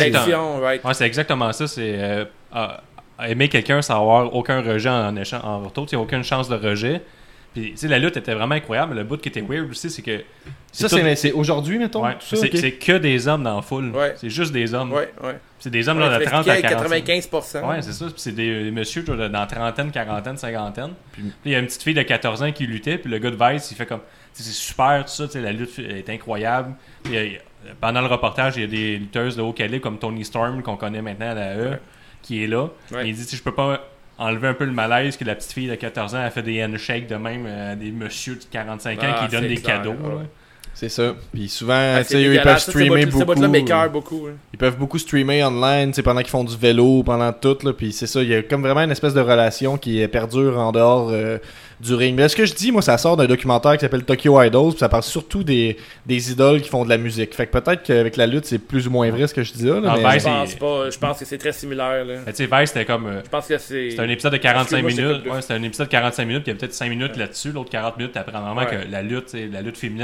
c'est exactement ça, c'est aimer quelqu'un sans avoir aucun rejet en retour, il n'y a aucune chance de rejet. Puis, tu sais, la lutte était vraiment incroyable, mais le bout qui était weird aussi, c'est que... C'est aujourd'hui, mettons? Ouais, c'est que des hommes dans la foule. Ouais. C'est juste des hommes. Ouais. C'est des hommes là, de 30 à 40. 95%. Ouais, c'est ça. Puis c'est des messieurs dans trentaine, quarantaine, cinquantaine. Puis il y a une petite fille de 14 ans qui luttait, puis le gars de Vice, il fait comme... C'est super, tout ça, tu sais, la lutte est incroyable. Puis, pendant le reportage, il y a des lutteuses de haut calibre comme Tony Storm, qu'on connaît maintenant à la E, qui est là. Et il dit, je peux pas... enlever un peu le malaise que la petite fille de 14 ans a fait des handshakes de même à des messieurs de 45 ans qui donnent des cadeaux. C'est ça. Puis souvent, ils peuvent streamer beaucoup. Ils peuvent beaucoup streamer online pendant qu'ils font du vélo, pendant tout. Là, puis c'est ça, il y a comme vraiment une espèce de relation qui perdure en dehors du ring. Mais ce que je dis, moi, ça sort d'un documentaire qui s'appelle Tokyo Idols, puis ça parle surtout des idoles qui font de la musique. Fait que peut-être qu'avec la lutte, c'est plus ou moins vrai ce que je dis là. Mais je pense que c'est très similaire. Tu sais, Vice, c'était comme... je pense que c'est un épisode de 45 minutes. Ouais, c'était un épisode de 45 minutes, puis il y a peut-être 5 minutes là-dessus. L'autre 40 minutes, t'apprends vraiment que la lutte féminine là-bas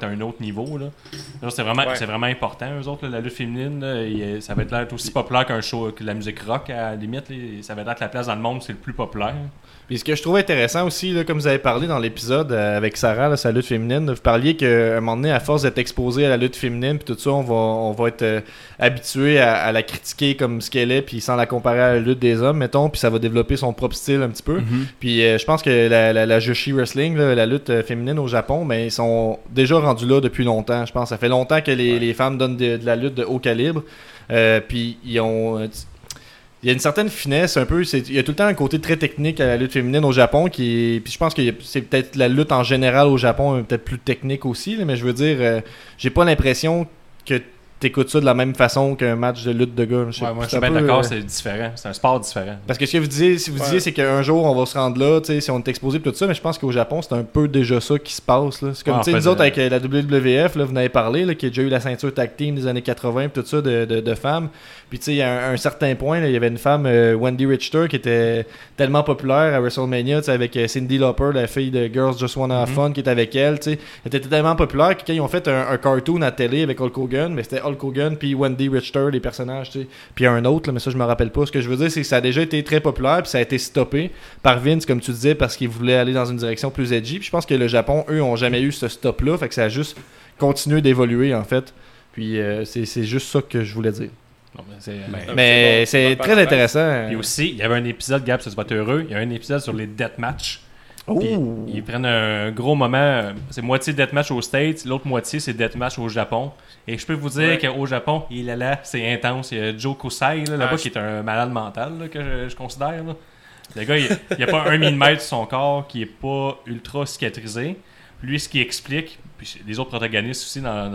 être à un autre niveau. Là. Genre, c'est vraiment important, eux autres, là, la lutte féminine. Là, ça va être aussi populaire qu'un show, que la musique rock, à la limite. Là, ça va être la place dans le monde, c'est le plus populaire. Puis ce que je trouvais intéressant aussi, là, comme vous avez parlé dans l'épisode avec Sarah, là, sa lutte féminine, vous parliez qu'à un moment donné, à force d'être exposé à la lutte féminine, puis tout ça, on va être habitué à la critiquer comme ce qu'elle est, puis sans la comparer à la lutte des hommes, mettons, puis ça va développer son propre style un petit peu. Puis je pense que la Joshi Wrestling, là, la lutte féminine au Japon, ben, ils sont déjà rendus là depuis longtemps, je pense. Ça fait longtemps que les femmes donnent de la lutte de haut calibre, puis ils ont... Il y a une certaine finesse un peu, il y a tout le temps un côté très technique à la lutte féminine au Japon puis je pense que c'est peut-être la lutte en général au Japon peut-être plus technique aussi, là, mais je veux dire, j'ai pas l'impression que t'écoutes ça de la même façon qu'un match de lutte de gars. Moi je suis bien d'accord, c'est différent, c'est un sport différent. Parce que ce que vous disiez, c'est qu'un jour on va se rendre là, si on est exposé et tout ça, mais je pense qu'au Japon c'est un peu déjà ça qui se passe. Là. C'est comme nous autres avec la WWF, là, vous en avez parlé, là, qui a déjà eu la ceinture tag team des années 80 et tout ça de femmes. Puis tu sais, à un certain point, là, il y avait une femme, Wendy Richter, qui était tellement populaire à WrestleMania, avec Cyndi Lauper, la fille de Girls Just Wanna Have Fun, qui était avec elle. Elle était tellement populaire que quand ils ont fait un cartoon à télé avec Hulk Hogan, mais c'était Hulk Hogan puis Wendy Richter, les personnages, puis un autre, là, mais ça je me rappelle pas. Ce que je veux dire, c'est que ça a déjà été très populaire, puis ça a été stoppé par Vince, comme tu disais, parce qu'il voulait aller dans une direction plus edgy. Puis je pense que le Japon, eux, ont jamais eu ce stop-là, fait que ça a juste continué d'évoluer, en fait. Puis c'est juste ça que je voulais dire. Non, mais c'est très intéressant. Puis aussi, il y avait un épisode, Gab, ça se va être heureux, il y a un épisode sur les deathmatch. Ils prennent un gros moment, c'est moitié deathmatch aux States, l'autre moitié c'est deathmatch au Japon. Et je peux vous dire qu'au Japon, c'est intense. Il y a Joe Kusai là-bas qui est un malade mental là, que je considère. Là. Le gars, il n'y a pas 1 mm sur son corps qui est pas ultra cicatrisé. Lui, ce qu'il explique, puis les autres protagonistes aussi dans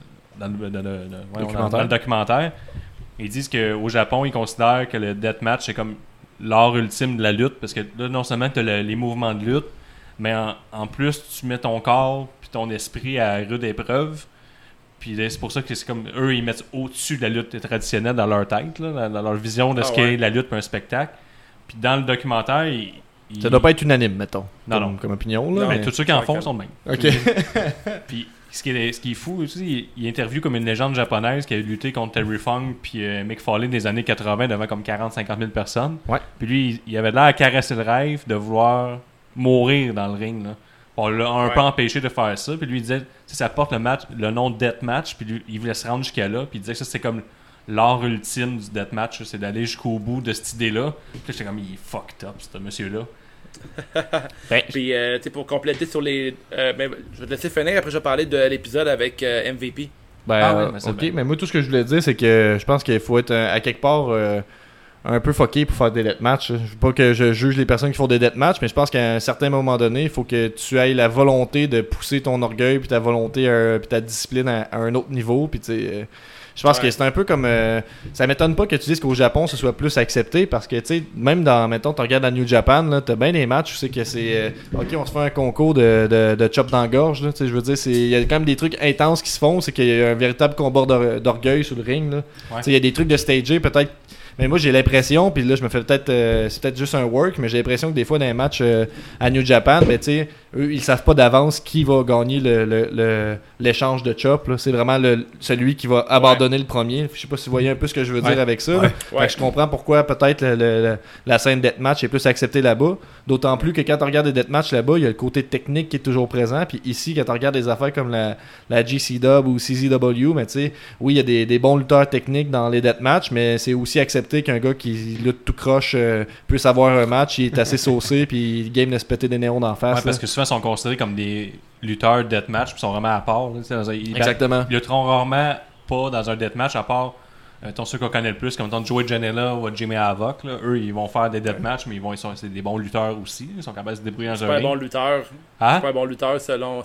le documentaire, ils disent qu'au Japon, ils considèrent que le deathmatch c'est comme l'art ultime de la lutte, parce que là, non seulement tu as les mouvements de lutte, mais en plus, tu mets ton corps puis ton esprit à rude épreuve. Puis là, c'est pour ça que c'est comme eux, ils mettent au-dessus de la lutte traditionnelle dans leur tête, là, dans leur vision de ce qu'est la lutte pour un spectacle. Puis dans le documentaire, ça doit pas être unanime, mettons, comme opinion. Là, non, mais tous ceux qui en font sont de même. OK. Puis ce qui est fou aussi, il interviewe comme une légende japonaise qui a lutté contre Terry Funk puis Mick Foley des années 80 devant comme 40-50 000 personnes. Ouais. Puis lui, il avait l'air à caresser le rêve de vouloir mourir dans le ring. Là. On l'a un peu empêché de faire ça. Puis lui, il disait, ça porte le nom de Deathmatch. Puis lui, il voulait se rendre jusqu'à là. Puis il disait que ça, c'est comme l'art ultime du Deathmatch. C'est d'aller jusqu'au bout de cette idée-là. Puis j'étais comme, il est fucked up, ce monsieur-là. Puis, pour compléter sur les. Je vais te laisser finir, après je vais parler de l'épisode avec MVP. Mais moi, tout ce que je voulais dire, c'est que je pense qu'il faut être à quelque part un peu fucké pour faire des deathmatchs. Je veux pas que je juge les personnes qui font des deathmatchs, mais je pense qu'à un certain moment donné, il faut que tu aies la volonté de pousser ton orgueil, puis ta volonté, puis ta discipline à un autre niveau. Puis, tu sais. Je pense que c'est un peu comme... ça m'étonne pas que tu dises qu'au Japon, ce soit plus accepté parce que, tu sais, même dans... Mettons, tu regardes la New Japan, là, t'as bien des matchs où c'est que c'est... OK, on se fait un concours de chop dans la gorge, là. Tu sais, je veux dire, il y a quand même des trucs intenses qui se font. C'est qu'il y a un véritable combat d'orgueil sur le ring, là. Tu sais, il y a des trucs de stagé, peut-être... Mais moi, j'ai l'impression, puis là, je me fais peut-être... c'est peut-être juste un work, mais j'ai l'impression que des fois, dans les matchs à New Japan, ben, tu sais, eux, ils savent pas d'avance qui va gagner l'échange de chop. Là. C'est vraiment celui qui va abandonner le premier. Je sais pas si vous voyez un peu ce que je veux dire avec ça. Fait que je comprends pourquoi peut-être la scène deathmatch est plus acceptée là-bas. D'autant plus que quand on regarde des deathmatch là-bas, il y a le côté technique qui est toujours présent. Puis ici, quand on regarde des affaires comme la GCW ou CZW, mais tu sais, oui, il y a des bons lutteurs techniques dans les deathmatch, mais c'est aussi accepté qu'un gars qui lutte tout croche puisse avoir un match, il est assez saucé, puis il game de se péter des néons d'en face. Ouais, parce que souvent, ils sont considérés comme des lutteurs deathmatch, puis ils sont vraiment à part. Là, Exactement. Ils lutteront rarement pas dans un deathmatch, à part ceux qu'on connaît le plus, comme Joey Janela ou Jimmy Havoc. Là, eux, ils vont faire des deathmatch, mais c'est des bons lutteurs aussi. Ils sont capables de se débrouiller dans un ring. C'est pas un bon lutteur. Hein? C'est pas un bon lutteur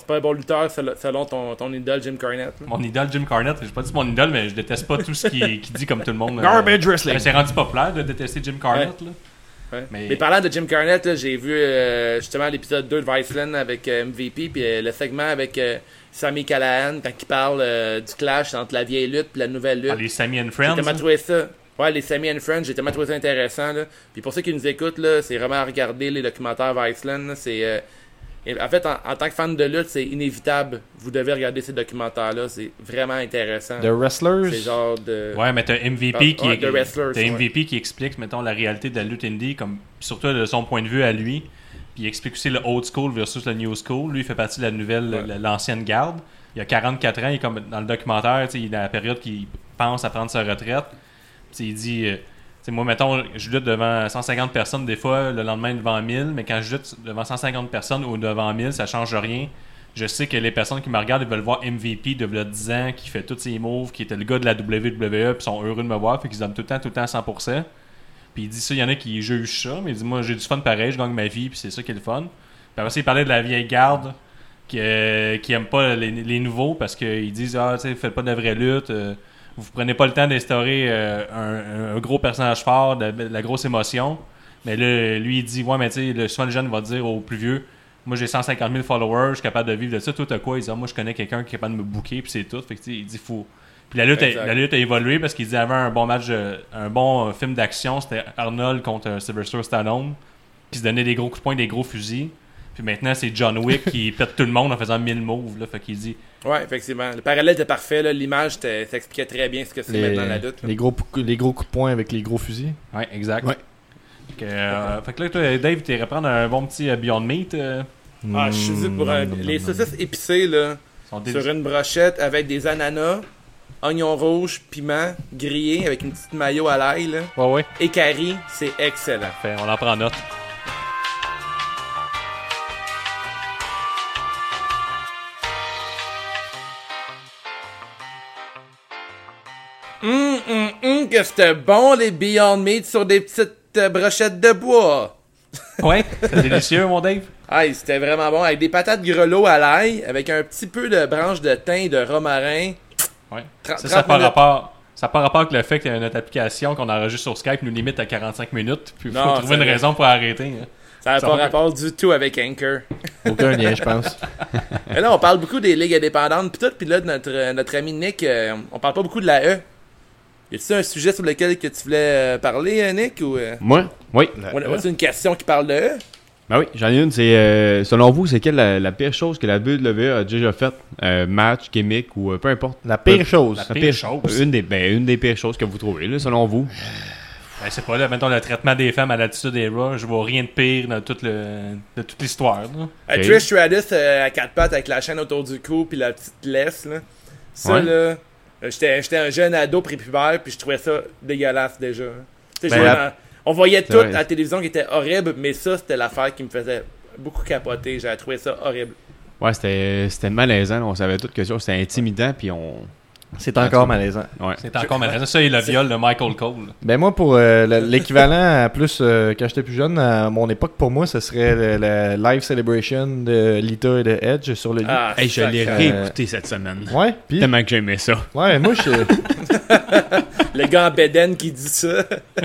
selon ton idole Jim Cornette. Là. Mon idole Jim Cornette, j'ai pas dit mon idole, mais je déteste pas tout ce qu'il dit comme tout le monde. Garbage wrestling. C'est rendu populaire de détester Jim Cornette. Là. Ouais. Mais parlant de Jim Cornette, là, j'ai vu justement l'épisode 2 de Viceland avec MVP, puis le segment avec Sami Callihan quand il parle du clash entre la vieille lutte et la nouvelle lutte. Les Sami and Friends. J'ai tellement trouvé ça. Ouais, les Sami and Friends, j'ai tellement trouvé ça intéressant. Là. Puis pour ceux qui nous écoutent, là, c'est vraiment à regarder les documentaires Viceland. Là, c'est Et en fait, en tant que fan de lutte, c'est inévitable. Vous devez regarder ces documentaires-là. C'est vraiment intéressant. The Wrestlers. C'est genre de... Ouais, mais t'as MVP t'as MVP qui explique, mettons, la réalité de la lutte indie, comme, surtout de son point de vue à lui. Puis il explique aussi le old school versus le new school. Lui, il fait partie de la nouvelle, l'ancienne garde. Il a 44 ans, il est comme dans le documentaire, il est dans la période qu'il pense à prendre sa retraite. Puis il dit... moi, mettons, je lutte devant 150 personnes des fois, le lendemain devant 1000, mais quand je lutte devant 150 personnes ou devant 1000, ça change rien. Je sais que les personnes qui me regardent, ils veulent voir MVP de 10 ans, qui fait tous ses moves, qui était le gars de la WWE, puis sont heureux de me voir, fait qu'ils se donnent tout le temps 100%. Puis il dit ça, il y en a qui jugent ça, mais il dit, moi, j'ai du fun pareil, je gagne ma vie, puis c'est ça qui est le fun. Puis après ça, il parlait de la vieille garde, qui aime pas les nouveaux, parce qu'ils disent, faites pas de vraie lutte, vous prenez pas le temps d'instaurer un gros personnage fort, de la grosse émotion. Mais là, lui, il dit, ouais, mais tu sais, souvent le jeune va dire aux plus vieux, moi j'ai 150 000 followers, je suis capable de vivre de ça. Toi, t'as quoi? Il dit, moi je connais quelqu'un qui est capable de me booker, puis c'est tout. Fait que, il dit, faut. Puis la lutte a évolué parce qu'il dit, avant un bon match, un bon film d'action, c'était Arnold contre Sylvester Stallone, qui se donnait des gros coups de poing, des gros fusils. Puis maintenant, c'est John Wick qui pète tout le monde en faisant 1000 moves. Là, fait qu'il dit. Ouais, effectivement. Le parallèle était parfait. Là. L'image, ça expliquait très bien ce que c'est maintenant la lutte. Les gros coups de poing avec les gros fusils. Ouais, exact. Ouais. Fait que là, toi, Dave, tu irais prendre un bon petit Beyond Meat. Je suis dit pour les saucisses épicées là, sur une brochette avec des ananas, oignons rouges, piment, grillé avec une petite mayo à l'ail. Là, ouais. Et curry, c'est excellent. Fait, on en prend note. Que c'était bon les Beyond Meat sur des petites brochettes de bois. Ouais, c'est délicieux mon Dave. C'était vraiment bon avec des patates grelots à l'ail, avec un petit peu de branches de thym et de romarin. Ouais. Ça par rapport avec le fait que notre application qu'on enregistre sur Skype nous limite à 45 minutes. Puis il faut trouver une raison pour arrêter. Hein. Ça n'a pas rapport du tout avec Anchor. Aucun lien, je pense. Et là, on parle beaucoup des ligues indépendantes pis tout, puis là, notre ami Nick, on parle pas beaucoup de la E. Y a-t-il un sujet sur lequel que tu voulais parler, Nick, ou Moi? Oui. As-tu une question qui parle de E? Ben oui, j'en ai une. C'est selon vous, c'est quelle la pire chose que la WWE a déjà faite? Match, gimmick ou peu importe. La pire chose. La pire chose. Une des pires choses que vous trouvez, là, selon vous. Ben, c'est pas là, mettons, le traitement des femmes à l'attitude des Raw, je vois rien de pire de toute l'histoire. Okay. Trish Stratus à quatre pattes avec la chaîne autour du cou puis la petite laisse, là. Ça, là, j'étais un jeune ado prépubère puis je trouvais ça dégueulasse déjà. On voyait tout à la télévision qui était horrible, mais ça, c'était l'affaire qui me faisait beaucoup capoter. J'avais trouvé ça horrible. Ouais, c'était malaisant. Là. On savait tout que ça, c'était intimidant, puis on... C'est encore malaisant. Ouais. C'est encore malaisant. Ça, et le viol de Michael Cole. Ben moi, pour l'équivalent, plus quand j'étais plus jeune, à mon époque, pour moi, ce serait la live celebration de Lita et de Edge sur le lit. Je l'ai réécouté cette semaine. Ouais, pis... Tellement que j'aimais ça. Ouais, moi, je... Le gars en bédaine qui dit ça.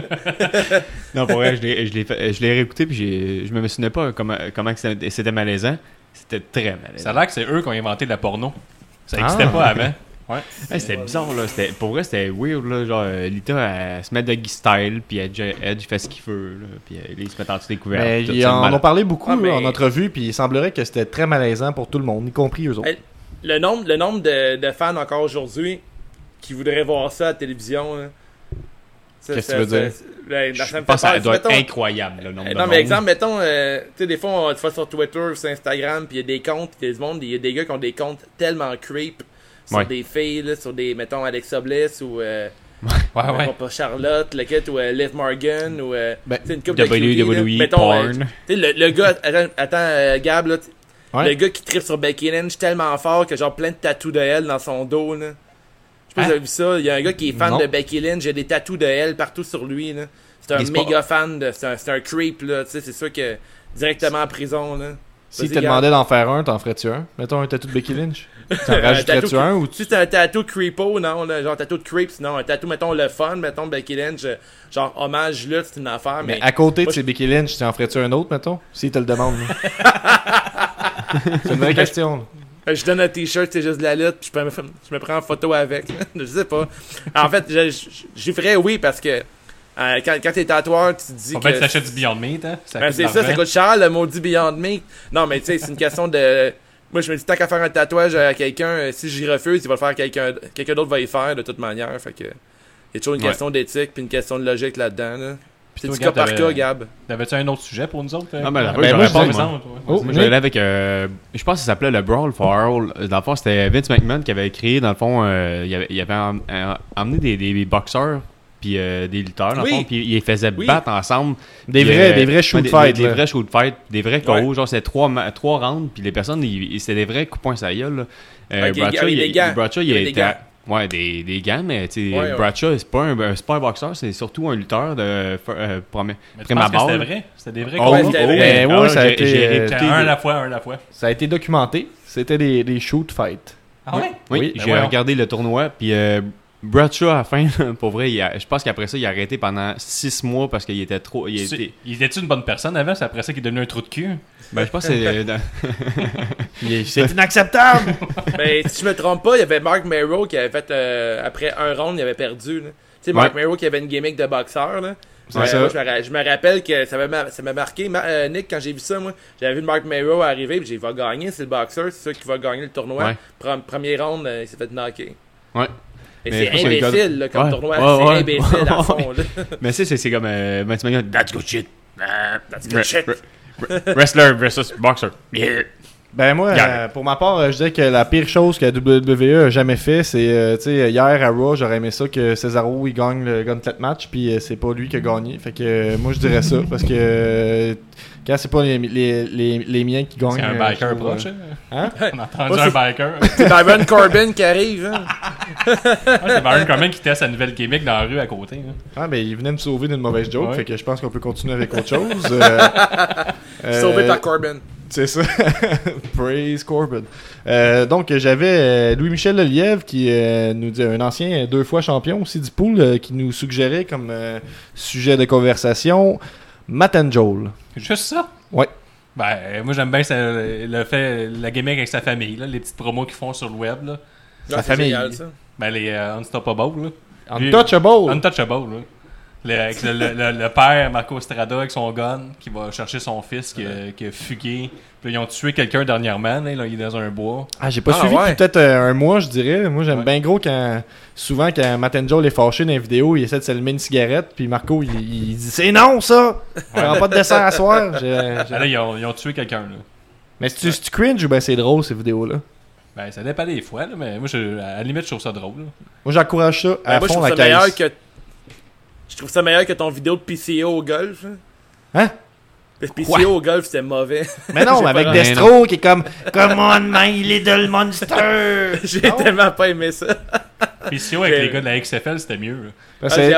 Non, pour vrai, je l'ai réécouté, puis je me souvenais pas comment c'était malaisant. C'était très malaisant. Ça a l'air que c'est eux qui ont inventé de la porno. Ça n'existait pas avant. Ouais. C'était bizarre, là. Pour vrai, c'était weird, là. Genre, Lita, elle se met de Doggy Style, puis Edge fait ce qu'il veut, là. Puis il se met en dessous des couvertes. Mais ils en ont parlé beaucoup en entrevue, puis il semblerait que c'était très malaisant pour tout le monde, y compris eux autres. Le nombre de fans encore aujourd'hui qui voudraient voir ça à la télévision, là. Qu'est-ce que tu veux dire? Je pense que ça doit être incroyable, le nombre de non, mais exemple, mettons, tu sais, des fois, tu vas sur Twitter ou sur Instagram, puis il y a des comptes, il y a des gars qui ont des comptes tellement creep sur des filles, là, sur des, mettons, Alexa Bliss ou pas Charlotte, ou Liv Morgan ou une couple de cuties, mettons, porn. Le gars, attends, Gab, là, le gars qui tripe sur Becky Lynch tellement fort que genre plein de tatous de elle dans son dos, là. Je sais pas si vous avez vu ça, il y a un gars qui est fan de Becky Lynch, il y a des tatous de elle partout sur lui, là. C'est un méga fan, c'est un creep, là, tu sais, c'est sûr que directement en prison, là. Si te demandais d'en faire un, t'en ferais-tu un? Mettons un tatou de Becky Lynch. T'en rajouterais-tu un ou tu... Si c'est un tatou creepo, non, là, genre tatou de creeps, non, un tatou, mettons le fun, mettons Becky Lynch, genre hommage là, c'est une affaire, mais à côté de ces Becky Lynch, tu en ferais-tu un autre, mettons? Si te le demandes. C'est une vraie question. Je donne un t-shirt, c'est juste de la lutte, puis je me prends en photo avec. Je sais pas. En fait, j'y ferais oui, parce que Quand t'es tatoueur, tu te dis Faut que... bien que t'achètes du Beyond Meat, hein. c'est ça coûte cher, le maudit Beyond Meat. Non, mais tu sais, c'est une question de... Moi, je me dis, tant qu'à faire un tatouage à quelqu'un, si j'y refuse, il va le faire quelqu'un d'autre va y faire de toute manière. Fait que... Il y a toujours une question d'éthique puis une question de logique là-dedans, là. C'est du cas par cas, Gab. T'avais-tu un autre sujet pour nous autres? Non, mais moi, je vais aller avec... je pense que ça s'appelait le Brawl for All. Dans le fond, c'était Vince McMahon qui avait créé, dans le fond, il avait emmené des boxeurs puis des lutteurs, dans le fond, puis ils les faisaient battre ensemble. Des vrais shoot fights. Des vrais shoot fights, des vrais KO. Genre, c'était 3 rounds, puis les personnes, c'était des vrais coups de poing sur la gueule. Bradshaw, il était... Ouais, des gants, mais tu sais, Bradshaw, c'est pas un boxeur, c'est surtout un lutteur de prima abord. C'était vrai? C'était des vrais combats? Ça a été... un à la fois. Ça a été documenté. C'était des shoot fights. Ah ouais? Oui, j'ai regardé le tournoi, puis Bradshaw, à la fin, pour vrai, je pense qu'après ça, il a arrêté pendant 6 mois parce qu'il était trop... Il était-tu une bonne personne avant? C'est après ça qu'il est devenu un trou de cul? Ben, je pense que c'est... c'est inacceptable! Ben, si je me trompe pas, il y avait Mark Merrow qui avait fait... après un round, il avait perdu. Tu sais, Mark Merrow qui avait une gimmick de boxeur, là. Je me rappelle que ça m'a marqué. Nick, quand j'ai vu ça, moi, j'avais vu Mark Merrow arriver, puis j'ai dit, il va gagner, c'est le boxeur, c'est ça qui va gagner le tournoi. Premier round, il s'est fait knocker. Ouais. Et c'est imbécile, là, comme tournoi. C'est imbécile, à fond, là. Mais c'est comme... That's good shit. That's good shit. Wrestler versus boxer. Yeah. Ben moi, pour ma part, je dirais que la pire chose que la WWE a jamais fait, c'est, tu sais, hier à Raw, j'aurais aimé ça que Cesaro il gagne le Gauntlet match, puis c'est pas lui qui a gagné. Fait que moi je dirais ça, parce que quand c'est pas les miens qui gagnent... C'est un biker proche, hein? On a entendu un biker. C'est Baron Corbin qui arrive, hein? C'est Baron Corbin qui teste sa nouvelle gimmick dans la rue à côté. Hein. Ah, ben il venait me sauver d'une mauvaise joke, fait que je pense qu'on peut continuer avec autre chose. Sauvé par Corbin. C'est ça. Praise Corbin. Donc, j'avais Louis-Michel Lelièvre qui nous dit, un ancien 2 fois champion aussi du pool, qui nous suggérait comme sujet de conversation Matt and Joel. Juste ça? Ouais. Ben, moi j'aime bien la gimmick avec sa famille, là, les petites promos qu'ils font sur le web. Là. Sa famille. Génial, ça. Ben, les Unstoppable. Là. Untouchable, là. Avec le père Marco Estrada avec son gun qui va chercher son fils qui a fugué. Puis ils ont tué quelqu'un dernièrement. Là, il est dans un bois. Ah, j'ai pas suivi depuis peut-être un mois, je dirais. Moi, j'aime bien gros souvent quand Matt and Joel est fâché dans les vidéos, il essaie de s'allumer une cigarette. Puis Marco, il dit c'est non ça! Il n'y aura pas de dessert à soir. Là, ils ont tué quelqu'un. Là. Mais c'est-tu cringe ou ben c'est drôle ces vidéos-là? Ben, ça dépend des fois, là, mais moi, à la limite, je trouve ça drôle. Là. Moi, j'encourage ça à fond la caisse. Je trouve ça meilleur que ton vidéo de PCO au golf. Hein? Le PCO au golf, c'était mauvais. Mais non, mais avec Destro qui est comme Come on, man, il est de le monster! J'ai tellement pas aimé ça. PCO avec les gars de la XFL, c'était mieux. Parce que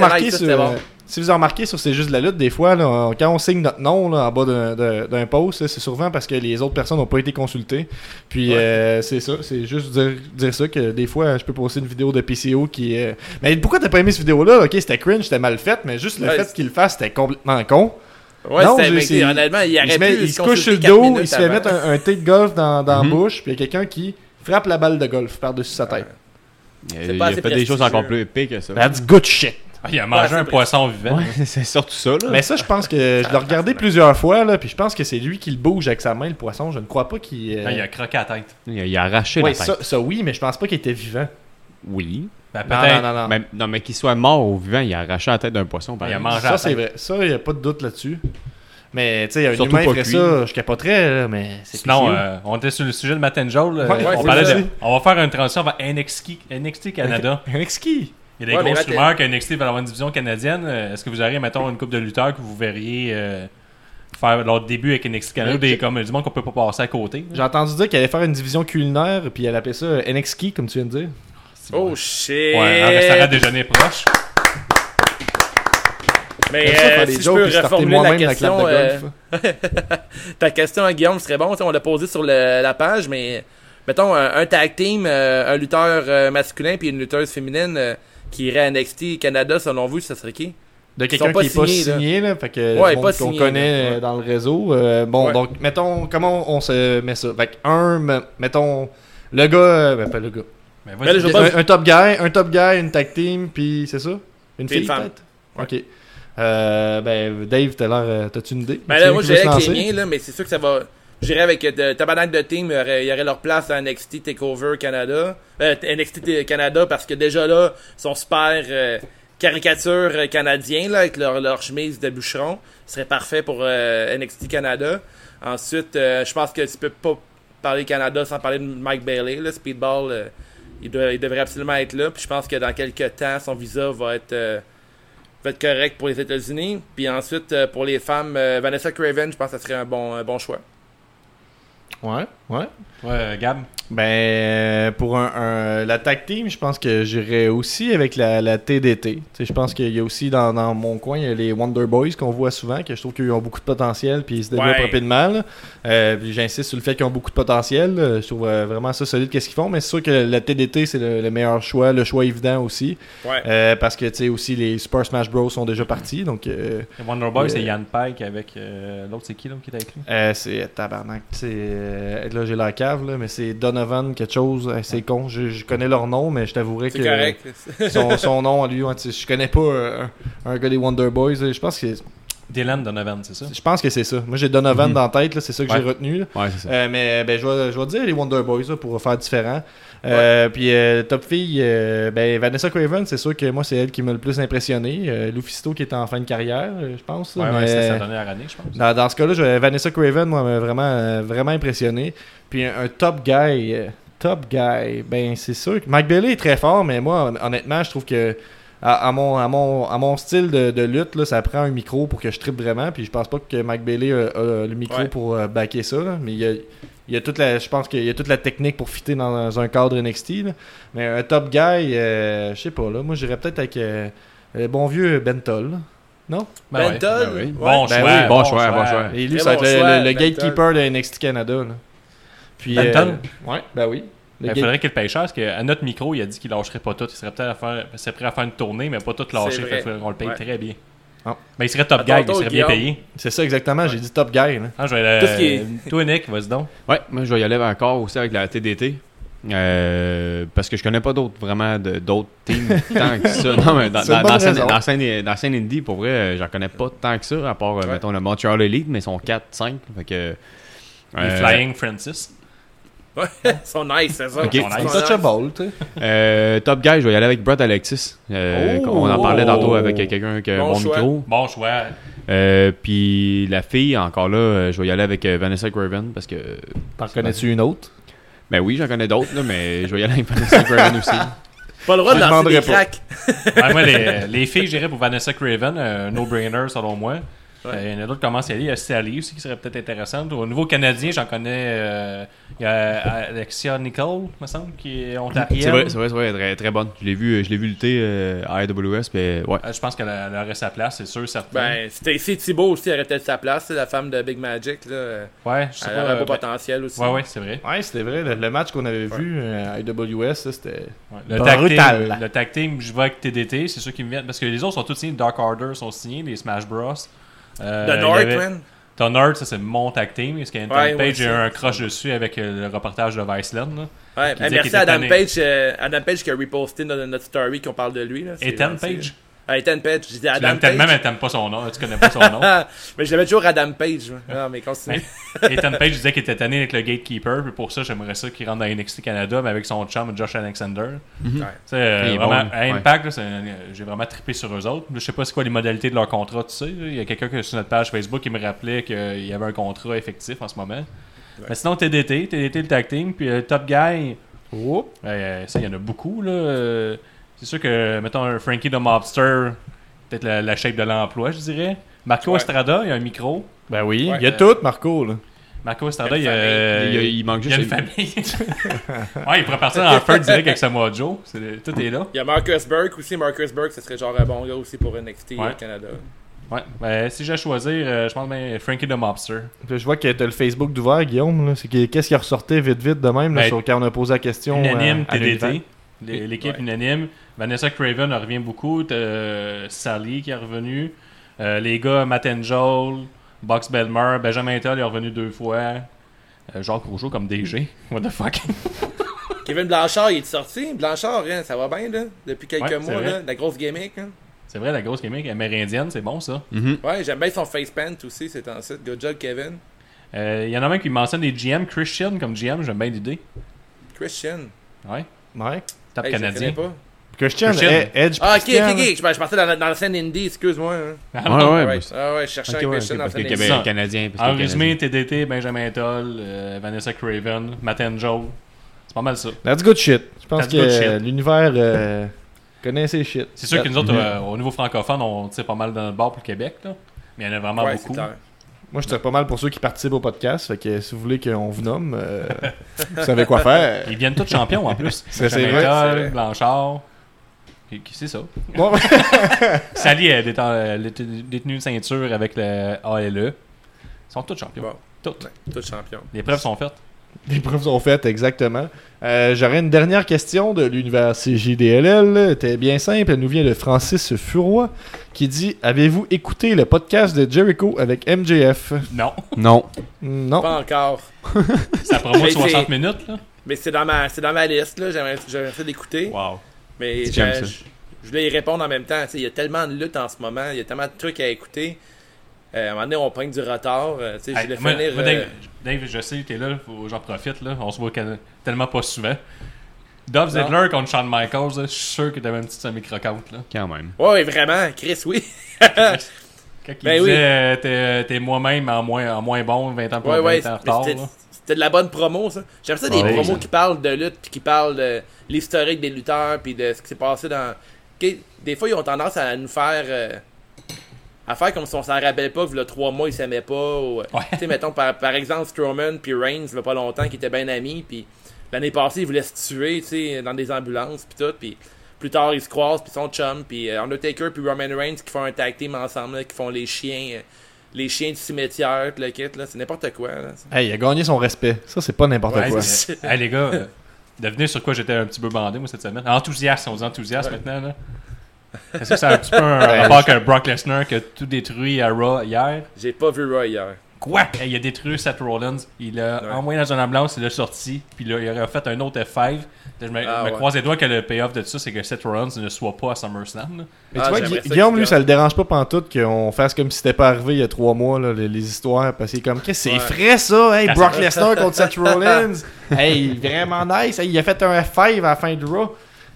si vous en remarquez sur C'est juste de la lutte, des fois, là, quand on signe notre nom là, en bas d'un post, là, c'est souvent parce que les autres personnes n'ont pas été consultées. Puis c'est ça, c'est juste dire ça, que des fois, je peux poster une vidéo de PCO qui est... Mais pourquoi t'as pas aimé cette vidéo-là? Ok, c'était cringe, c'était mal fait, mais juste le fait qu'il le fasse, c'était complètement con. Ouais, non, honnêtement, il se couche sur le dos, il se fait mettre un thé de golf dans la bouche, puis il y a quelqu'un qui frappe la balle de golf par-dessus sa tête. Il a fait des choses encore plus épiques que ça. That's good shit. Il a mangé un poisson vivant. Ouais, c'est surtout ça. Là. Mais ça, je pense que je l'ai regardé plusieurs fois, là, puis je pense que c'est lui qui le bouge avec sa main, le poisson. Je ne crois pas qu'il... Il a croqué la tête. Il a arraché la tête. Ça oui, mais je pense pas qu'il était vivant. Oui. Ben, peut-être. Non. Mais qu'il soit mort ou vivant, il a arraché la tête d'un poisson. Il a mangé ça, c'est vrai. Ça, il n'y a pas de doute là-dessus. Mais tu sais, un humain ferait ça, je capoterais, là, mais c'est sinon, on était sur le sujet de Matt and Joel. On va faire une transition vers NXT Canada. NXT? Il y a des grosses rumeurs que NXT va avoir une division canadienne. Est-ce que vous auriez, mettons, une couple de lutteurs que vous verriez faire leur début avec NXT Canada, comme du monde qu'on peut pas passer à côté? J'ai entendu dire qu'elle allait faire une division culinaire, puis elle appelait ça NXT, comme tu viens de dire. Oh shit! Ouais, un restaurant déjeuner proche. Mais si je peux reformuler la question, ta question à Guillaume serait bon. On l'a posé sur la page, mais mettons un tag team, un lutteur masculin puis une lutteuse féminine qui irait à NXT Canada, selon vous, ça serait qui? De quelqu'un qui n'est pas signé, là, fait que qu'on connaît dans le réseau. Donc, mettons, comment on se met ça? Fait mettons, le gars, pas le gars. Un top guy, une tag team, puis c'est ça? Une fille, peut-être? OK. Dave, t'as-tu une idée? Ben là, moi, j'irais avec les miens, là, mais c'est sûr que ça va... J'irais avec tabarnak de team, il y aurait leur place dans NXT TakeOver Canada. NXT Canada, parce que déjà là, ils sont super caricatures canadiens, là, avec leur chemise de bûcheron. Ce serait parfait pour NXT Canada. Ensuite, je pense que tu peux pas parler Canada sans parler de Mike Bailey, là, Speedball. Il devrait absolument être là. Puis je pense que dans quelques temps, son visa va être correct pour les États-Unis. Puis ensuite, pour les femmes, Vanessa Craven, je pense que ça serait un bon choix. Ouais. Ouais, Gab. Pour la tag team, je pense que j'irais aussi avec la TDT. Je pense qu'il y a aussi dans mon coin, il y a les Wonder Boys qu'on voit souvent, que je trouve qu'ils ont beaucoup de potentiel puis ils se développent rapidement. Puis j'insiste sur le fait qu'ils ont beaucoup de potentiel. Je trouve vraiment ça solide qu'est-ce qu'ils font, mais c'est sûr que la TDT c'est le meilleur choix, le choix évident aussi. Ouais. Parce que tu sais aussi les Super Smash Bros sont déjà partis. Donc les Wonder Boys, c'est Yann Pike avec l'autre, c'est qui là qui est avec lui? C'est tabarnak. Là j'ai la cave là, mais c'est Donovan quelque chose, c'est con, je connais leur nom, mais je t'avouerais que correct. son nom à lui, je connais pas un gars des Wonder Boys, je pense que Dylan Donovan, c'est ça? Je pense que c'est ça. Moi j'ai Donovan dans la tête, là, c'est ça que j'ai retenu. Là. Ouais, c'est ça. Mais je vais dire les Wonder Boys là, pour faire différent. Puis top fille, Vanessa Craven, c'est sûr que moi c'est elle qui m'a le plus impressionné. Lufisto qui est en fin de carrière, je pense. Ouais, mais c'est sa dernière année, je pense. Dans ce cas-là, Vanessa Craven, moi, m'a vraiment impressionné. Puis un top guy, c'est sûr que Mike Bailey est très fort, mais moi, honnêtement, je trouve que à mon style de lutte, là, ça prend un micro pour que je trippe vraiment. Puis je pense pas que Mike Bailey a le micro pour backer ça. Là. Mais il y a je pense qu'il y a toute la technique pour fitter dans un cadre NXT. Là. Mais un top guy, je sais pas. Là, moi, j'irais peut-être avec le bon vieux Bentol. Non? Bentol? Oui. Bon choix. Et lui, Très ça va bon être choix, le gatekeeper de NXT Canada. Là. Puis, Benton? Oui. Il faudrait qu'il le paye cher parce qu'à notre micro, il a dit qu'il lâcherait pas tout. Il serait prêt à faire une tournée, mais pas tout lâcher. On le paye très bien. Ah. Mais il serait top guy, il serait bien payé. C'est ça exactement, j'ai dit top guy. Là. Je vais toi, Nick, vas-y donc. Ouais, moi je vais y aller encore aussi avec la TDT. Parce que je connais pas d'autres teams tant que ça. Non, mais dans la scène indie, pour vrai, j'en connais pas tant que ça, à part, mettons, le Montreal Elite, mais ils sont 4-5. Fait que. Les Flying Francis. Ouais, ils sont nice, c'est ça. Okay. C'est touchable, tu sais. Top guy, je vais y aller avec Brad Alexis. On en parlait tantôt avec quelqu'un qui a mon micro. Bon choix. Puis la fille, encore là, je vais y aller avec Vanessa Craven parce que. T'en connais-tu une autre? Ben oui, j'en connais d'autres, là, mais je vais y aller avec Vanessa Craven aussi. Pas le droit de lancer des cracks. Moi, les filles, j'irais pour Vanessa Craven, un no-brainer selon moi. Il y en a d'autres qui commencent à y aller. Il y a Sally aussi qui serait peut-être intéressante. Au niveau canadien, j'en connais. Il y a Alexia Nicole, me semble, qui est ontarienne. C'est vrai, elle est très bonne. Je l'ai vu lutter à AWS. Puis, ouais. Je pense qu'elle aurait sa place, c'est sûr, certain. Ben, Stacy Thibault aussi aurait peut-être sa place, c'est la femme de Big Magic. Là. Ouais, je sais elle aurait un beau potentiel aussi. Ouais, c'est vrai. Ouais, c'était vrai. Le match qu'on avait vu à AWS, c'était brutal. Le tag team, je vais avec TDT, c'est sûr qu'ils me viennent. Parce que les autres sont tous signés. Dark Order sont signés, les Smash Bros. The Northman. The North, ça c'est mon tag team. Parce qu'il y a une Page, j'ai eu un crush dessus avec le reportage de Viceland. Ouais, merci à Adam Page qui a reposté notre story qu'on parle de lui. Là. Ethan Page? Ethan Page. Je dis Adam Page. Tellement, mais t'aimes pas son nom. Tu connais pas son nom. Mais je l'avais toujours Adam Page. Non, mais continue. Ethan Page disait qu'il était tanné avec le Gatekeeper. Puis pour ça, j'aimerais ça qu'il rentre dans NXT Canada, mais avec son chum Josh Alexander. Vraiment, à Impact, là, j'ai vraiment trippé sur eux autres. Je sais pas c'est quoi les modalités de leur contrat, tu sais. Il y a quelqu'un sur notre page Facebook qui me rappelait qu'il y avait un contrat effectif en ce moment. Mais sinon, TDT le tag team. Puis Top Guy, ça, il y en a beaucoup, là. C'est sûr que, mettons, un Frankie the Mobster, peut-être la shape de l'emploi, je dirais. Marco Estrada, il y a un micro. Ben oui, il y a tout, Marco, là. Marco Estrada, il manque juste une famille. Il pourrait partir en feu direct avec Samoa Joe. Tout est là. Il y a Marcus Burke aussi. Marcus Burke, ce serait genre un bon gars aussi pour NXT Canada. Ouais, si j'ai à choisir, je pense Frankie the Mobster. Puis je vois que t'as le Facebook d'ouvert, Guillaume. Là. Qu'est-ce qui ressortait vite de même là, quand on a posé la question? Unanime, TDT. L'équipe unanime. Vanessa Craven revient beaucoup. Sally qui est revenu. Les gars, Matt Angel, Box Belmer, Benjamin Toll est revenu 2 fois. Jacques Rougeau comme DG. What the fuck? Kevin Blanchard, il est sorti. Blanchard, hein, ça va bien, là, depuis quelques mois. Là, la grosse gimmick. Hein. C'est vrai, la grosse gimmick amérindienne, c'est bon ça. Ouais, j'aime bien son face paint aussi, c'est en site. Good job, Kevin. Il y en a même qui mentionne des GM. Christian comme GM, j'aime bien l'idée. Christian. Ouais. Top Hey, canadien. je connais pas. Christian. Edge. Ah, ok. Christian. Je partais dans la scène indie, excuse-moi. Hein. Ouais. Je cherchais un Christian dans la parce que scène Québec indie. est canadien. En résumé, TDT, Benjamin Toll, Vanessa Craven, Matt Joe. C'est pas mal ça. That's good shit. Je pense That's good que shit. l'univers connaît ses shit. C'est sûr que nous autres, au niveau francophone, on tire pas mal dans le bord pour le Québec, là. Mais il y en a vraiment Ouais, beaucoup. c'est clair. Moi, je tire pas mal pour ceux qui participent au podcast. Fait que si vous voulez qu'on vous nomme, vous savez quoi faire. Ils viennent tous champions en plus. C'est Benjamin vrai, Toll, c'est vrai. Blanchard. C'est ça. Bon, Sally est détenue de ceinture avec le ALE. Ils sont tous champions. Bon. Tous. Tout champion. Les preuves sont faites. les preuves sont faites, exactement. J'aurais une dernière question de l'univers CJDLL. Elle était bien simple. Elle nous vient de Francis Furoy qui dit: avez-vous écouté le podcast de Jericho avec MJF? Non. Non. Non. Pas encore. Ça promo de Mais 60 c'est- minutes, là. Mais c'est dans ma liste, là. J'aimerais essayer d'écouter. Wow. Mais J'aime ça. je voulais y répondre en même temps. Tu sais, il y a tellement de luttes en ce moment, il y a tellement de trucs à écouter. À un moment donné, on prend du retard. Tu sais, je Hey, voulais moi, finir. Dave, je sais, t'es là, faut que j'en profite, là. On se voit tellement pas souvent. Dolph Ziggler contre Shawn Michaels, là, je suis sûr que t'avais une petite semi-croquante, là. Quand même. Ouais, vraiment, Chris, oui. Quand il Ben disait t'es moi-même en moins bon, 20 ans plus Ouais, 20 ans en mais retard, c'était là. c'était de la bonne promo, ça. J'aime ça, des Ouais, promos ça. qui parlent de lutte, puis qui parlent de l'historique des lutteurs, puis de ce qui s'est passé dans. Ok, des fois, ils ont tendance à nous faire. À faire comme si on s'en rappelle pas que le 3 mois ils s'aimaient pas. Ou, tu sais, mettons par exemple Strowman puis Reigns, il y a pas longtemps, qui étaient bien amis, puis l'année passée ils voulaient se tuer, tu sais, dans des ambulances puis tout, puis plus tard ils se croisent puis ils sont chums, puis Undertaker puis Roman Reigns qui font un tag team ensemble, là, qui font les chiens du cimetière, puis le kit, là, c'est n'importe quoi. Là, Hey, il a gagné son respect. Ça, c'est pas n'importe Ouais, quoi. hey les gars, devenez sur quoi j'étais un petit peu bandé moi cette semaine. Enthousiaste, on dit enthousiaste maintenant, là. Est-ce que c'est un petit peu un rapport que Brock Lesnar qui a tout détruit à Raw hier? J'ai pas vu Raw hier. Quoi? Hey, il a détruit Seth Rollins, il l'a envoyé dans une ambulance, il l'a sorti, puis là, il aurait fait un autre F5. Je me croise les doigts que le payoff de tout ça, c'est que Seth Rollins ne soit pas à SummerSlam, là. Mais tu vois, j'aimerais ça Guillaume, qu'il lui, ça le dérange pas pantoute qu'on fasse comme si c'était pas arrivé il y a 3 mois, là, les histoires. Parce qu'il est comme, qu'est-ce que c'est frais ça? Hey, Quand Brock Lesnar contre Seth Rollins. Hey, vraiment nice. Hey, il a fait un F5 à la fin de Raw.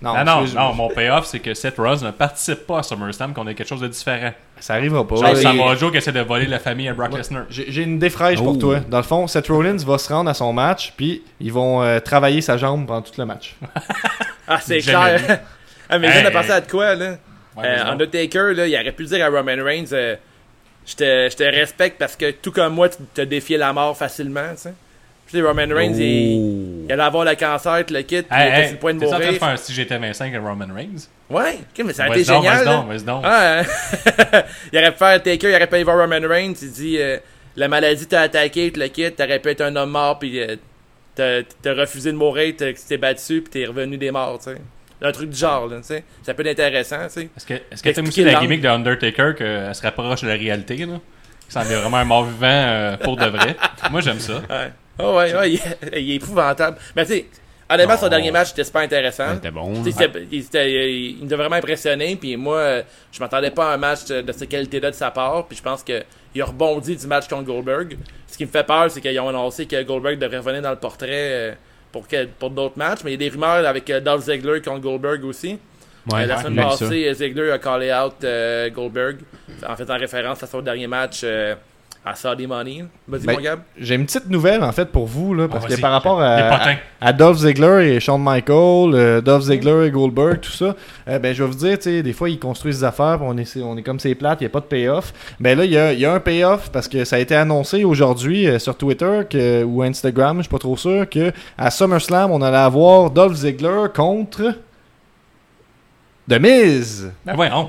Non, mon payoff, c'est que Seth Rollins ne participe pas à SummerSlam, qu'on a quelque chose de différent. Ça arrivera pas. Genre Il- Samoa Joe qui essaie de voler la famille à Brock Lesnar. J'ai une idée fraîche pour toi. Dans le fond, Seth Rollins va se rendre à son match, puis ils vont travailler sa jambe pendant tout le match. Ah, c'est Jamais clair. Ah, mais Hey. on a pensé à de quoi, là? Ouais, vas-y donc. Undertaker, là, il aurait pu dire à Roman Reigns, je te respecte parce que tout comme moi, tu te défiais la mort facilement, tu sais. Puis Roman Reigns, il allait avoir le cancer, le kit, puis il était sur le point de t'es en train de mourir. faire un si j'étais 25 à Roman Reigns? Ouais, ok, mais ça a Vas-y été donc, génial. vas-y là. donc, vas-y donc. Ah, hein. Il aurait pu faire Taker, il aurait pu aller voir Roman Reigns, il dit la maladie t'a attaqué, le kit, t'aurais pu être un homme mort, puis t'as refusé de mourir, tu t'es battu, puis t'es revenu des morts, tu sais. Un truc du genre, là, tu sais. Ça peut être intéressant, tu sais. Est-ce que t'aimes aussi Expliquer la l'angle. gimmick de Undertaker qu'elle se rapproche de la réalité, là? Que ça en est vraiment un mort-vivant pour de vrai. Moi, j'aime ça. Ouais. Oh, ouais, il est épouvantable. Mais tu sais, honnêtement, son Non. dernier match était super intéressant. C'était bon. Tu sais, il nous a vraiment impressionné, puis moi, je m'attendais pas à un match de cette qualité-là de sa part, puis je pense qu'il a rebondi du match contre Goldberg. Ce qui me fait peur, c'est qu'ils ont annoncé que Goldberg devrait revenir dans le portrait pour d'autres matchs, mais il y a des rumeurs avec Dolph Ziggler contre Goldberg aussi. Ouais, La semaine j'ai vu ça. passée, Ziggler a callé out Goldberg, en faisant référence à son dernier match à Saudi Money. Vas-y, Ben, mon Gab. J'ai une petite nouvelle en fait pour vous là, parce Ah, que vas-y. par rapport Les potins. à Dolph Ziggler et Shawn Michaels, Dolph Ziggler et Goldberg, tout ça, ben je vais vous dire, tu sais, des fois ils construisent des affaires, puis on est comme c'est plate, il n'y a pas de payoff. Ben là, il y a un payoff parce que ça a été annoncé aujourd'hui sur Twitter ou Instagram, je suis pas trop sûr, que à SummerSlam, on allait avoir Dolph Ziggler contre The Miz. Ben voyons.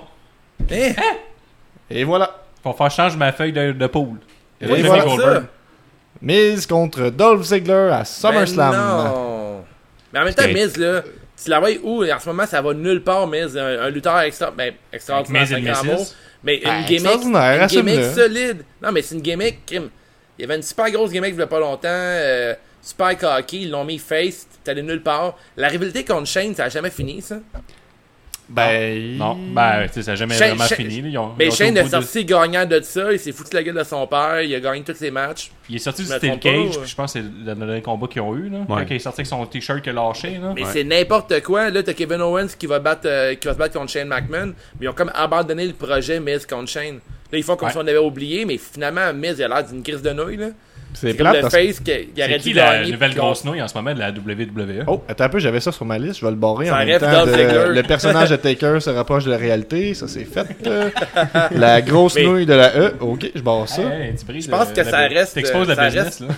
Et voilà. Faut faire changer ma feuille de poule. Et Oui, voilà. c'est ça. Miz contre Dolph Ziggler à SummerSlam. Ben non. Mais en même temps, C'était- Miz, là, tu la vois où? En ce moment, ça va nulle part, Miz. Un lutteur extraordinaire, Miz c'est et un le grand Missus. mot. Mais Ah, une gimmick, extraordinaire, une gimmick assume-le. solide. Non, mais c'est une gimmick. Il y avait une super grosse gimmick il y a pas longtemps. Super cocky, ils l'ont mis face, t'es allé nulle part. La rivalité contre Shane, ça a jamais fini, ça. Non, ça n'a jamais vraiment fini. Mais Shane est sorti gagnant de ça, il s'est foutu la gueule de son père, il a gagné tous ses matchs. Il est sorti du Steel Cage, puis je pense que c'est le dernier combat qu'ils ont eu. Là, quand il est sorti avec son t-shirt qu'il a lâché. Là. Mais c'est n'importe quoi. Là, t'as Kevin Owens qui va se battre contre Shane McMahon, mais ils ont comme abandonné le projet Miz contre Shane. Là, ils font comme si on avait oublié, mais finalement, Miz il a l'air d'une crise de nouilles. Là. C'est comme le face qui aurait dû gagner. La nouvelle grosse nouille en ce moment de la WWE. Oh, attends un peu, j'avais ça sur ma liste, je vais le barrer en même temps. Le personnage de Taker se rapproche de la réalité, ça c'est fait. La grosse nouille de la E, ok, je barre ça. Je pense que ça reste... T'exposes la business, là.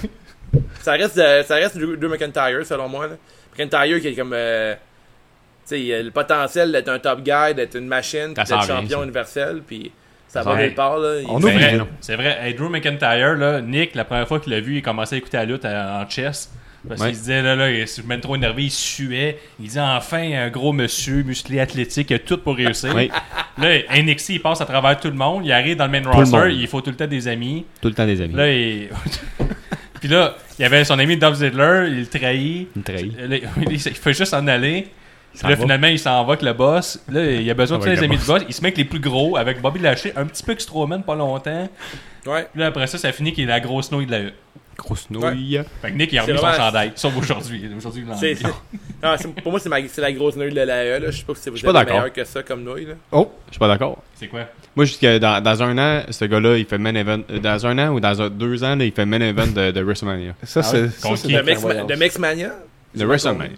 ça reste Drew McIntyre, selon moi. Là. McIntyre qui est comme... il a le potentiel d'être un top guy, d'être une machine, d'être champion universel, puis... Ça va nulle part, là. C'est vrai. Hey, Drew McIntyre, là, Nick, la première fois qu'il l'a vu, il commençait à écouter la lutte en chess. Parce qu'il se disait, je suis même trop énervé, il suait. Il disait, enfin, un gros monsieur, musclé, athlétique, il a tout pour réussir. Là, NXT, il passe à travers tout le monde. Il arrive dans le main roster, il faut tout le temps des amis. Tout le temps des amis. Là, puis là, il y avait son ami Dolph Ziggler, il le trahit. Il fait juste en aller. Puis là, finalement, il s'en va avec le boss. Là, il a besoin de tous les amis du boss. Il se met avec les plus gros, avec Bobby Lashley, un petit peu que Strowman, pas longtemps. Ouais. Puis là, après ça finit qu'il est la grosse nouille de la E. Grosse nouille. Fait que Nick, il a remis son chandail. Sauf aujourd'hui. Aujourd'hui, pour moi, c'est la grosse nouille de la E. Là. Je sais pas si vous êtes meilleur que ça comme nouille. Là. Oh, je suis pas d'accord. C'est quoi? Moi, je dis que dans un an, ce gars-là, il fait main event. Dans un an ou dans 2 ans, là, il fait main event de WrestleMania. Ça, c'est de Mixmania? De WrestleMania.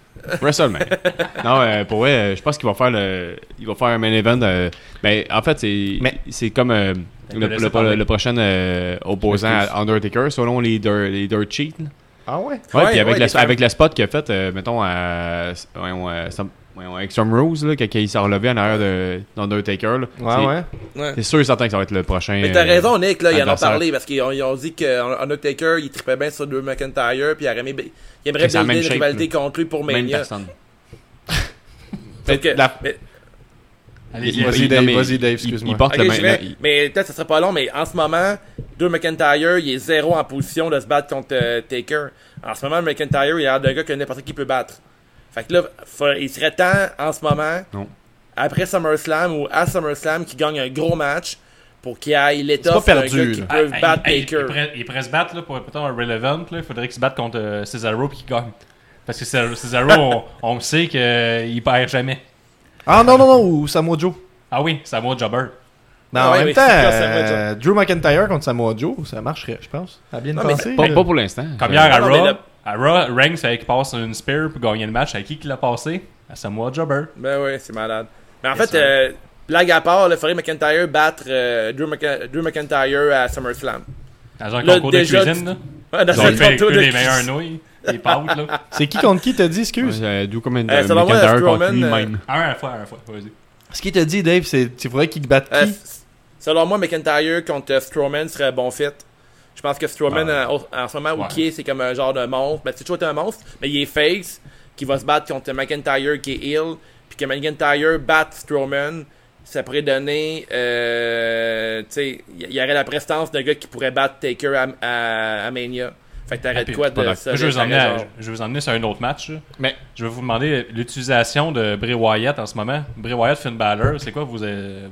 Non, pour vrai, je pense qu'il va faire un main event. En fait, c'est comme le prochain opposant à Undertaker, selon les Dirt Sheets. Ah ouais? Ouais, puis avec le spot qu'il a fait, mettons, à Extreme Rules, là, quand il s'est relevé en arrière d'Undertaker. Ouais. C'est sûr et certain que ça va être le prochain. Mais t'as raison, Nick, là, ils en ont parlé parce qu'ils ont dit qu'Undertaker, il trippait bien sur Drew McIntyre, puis il aimerait builder une rivalité contre lui pour Mania. Même personne. Vas-y, Dave, excuse-moi. Il porte le même. Mais peut-être que ça serait pas long, mais en ce moment, Drew McIntyre, il est zéro en position de se battre contre Taker. En ce moment, McIntyre, il a l'air d'un gars que n'importe qui peut battre. Fait que là, il serait temps, en ce moment, après SummerSlam ou à SummerSlam, qu'il gagne un gros match pour qu'il aille l'étoffe d'un gars qui peut battre Taker. Il pourrait se battre là, pour peut-être un relevant. Il faudrait qu'il se batte contre Cesaro et qu'il gagne. Parce que Cesaro, on sait qu'il perd jamais. Ah non, ou Samoa Joe. Ah oui, Samoa Jobber. Mais en même temps, Drew McIntyre contre Samoa Joe, ça marcherait, je pense. Ça a bien pensé. Pas pour l'instant. Comme hier à Raw. À Raw, Reigns fallait qu'il passe une spear pour gagner le match. À qui l'a passé? À Samoa Jobber. Ben oui, c'est malade. Mais en fait, blague à part, il faudrait McIntyre battre Drew McIntyre à SummerSlam. Dans un concours de cuisine, là? Ouais, dans un concours de les meilleures nouilles. Les pâtes, là. C'est qui contre qui t'as dit, excuse? Drew McIntyre contre lui-même. Un à la fois, vas-y. Ce qu'il t'a dit, Dave, c'est qu'il faudrait qu'il batte qui? Selon moi, McIntyre contre Strowman serait un bon fit. Je pense que Strowman, en ce moment, c'est comme un genre de monstre. Ben, c'est toujours un monstre, mais il est face, qui va se battre contre McIntyre, qui est heel. Puis que McIntyre batte Strowman, ça pourrait donner... tu sais, il y aurait la prestance d'un gars qui pourrait battre Taker à Mania. Fait que t'arrêtes quoi de ça? Je vais vous emmener sur un autre match. Mais je vais vous demander l'utilisation de Bray Wyatt en ce moment. Bray Wyatt, Finn Balor, c'est quoi votre...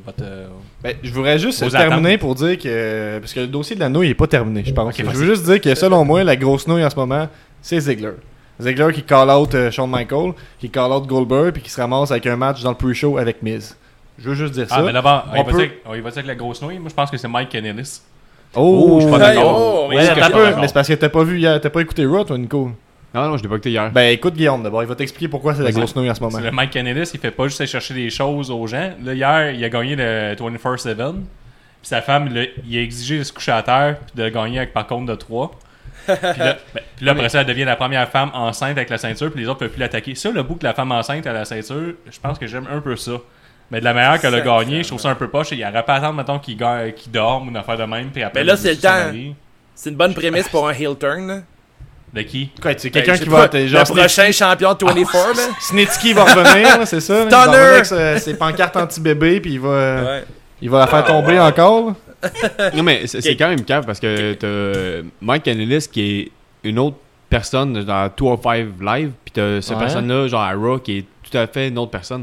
je voudrais juste terminer pour dire que... Parce que le dossier de la nouille n'est pas terminé, je pense. Je veux juste dire que selon moi, la grosse nouille en ce moment, c'est Ziggler. Ziggler qui call out Shawn Michaels, qui call out Goldberg, puis qui se ramasse avec un match dans le pre-show avec Miz. Je veux juste dire ça. Mais d'abord, il va dire avec la grosse nouille. Moi, je pense que c'est Mike Kanellis. Oh, je suis pas d'accord. Mais c'est parce que t'as pas vu hier, t'as pas écouté Raw, toi, Nico. Non, je l'ai pas écouté hier. Ben écoute Guillaume d'abord, il va t'expliquer pourquoi c'est la grosse nouille en ce moment. Le Mike Kanellis, il fait pas juste aller chercher des choses aux gens. Là, hier, il a gagné le 24/7. Puis sa femme, il a exigé de se coucher à terre puis de gagner avec par contre de 3. Puis là, après ça, elle devient la première femme enceinte avec la ceinture, puis les autres peuvent plus l'attaquer. Ça, le bout que la femme enceinte à la ceinture, je pense que j'aime un peu ça. Mais de la manière qu'elle a gagné, je trouve ça un peu poche. Il aurait pas à attendre, mettons, qu'il dorme ou une affaire de même. Puis après, mais là, c'est le temps. C'est une bonne prémisse pour un heel turn. Là. De qui? Quoi, c'est quelqu'un qui va être genre le prochain champion de 24, là. Snitsky va revenir, c'est ça? Stunner! Il va avec ses pancartes anti-bébé, puis il va la faire tomber encore. Non, mais c'est quand même cave parce que t'as Mike Kanellis qui est une autre personne dans 205 Live, puis t'as cette personne-là, genre à Raw, qui est tout à fait une autre personne.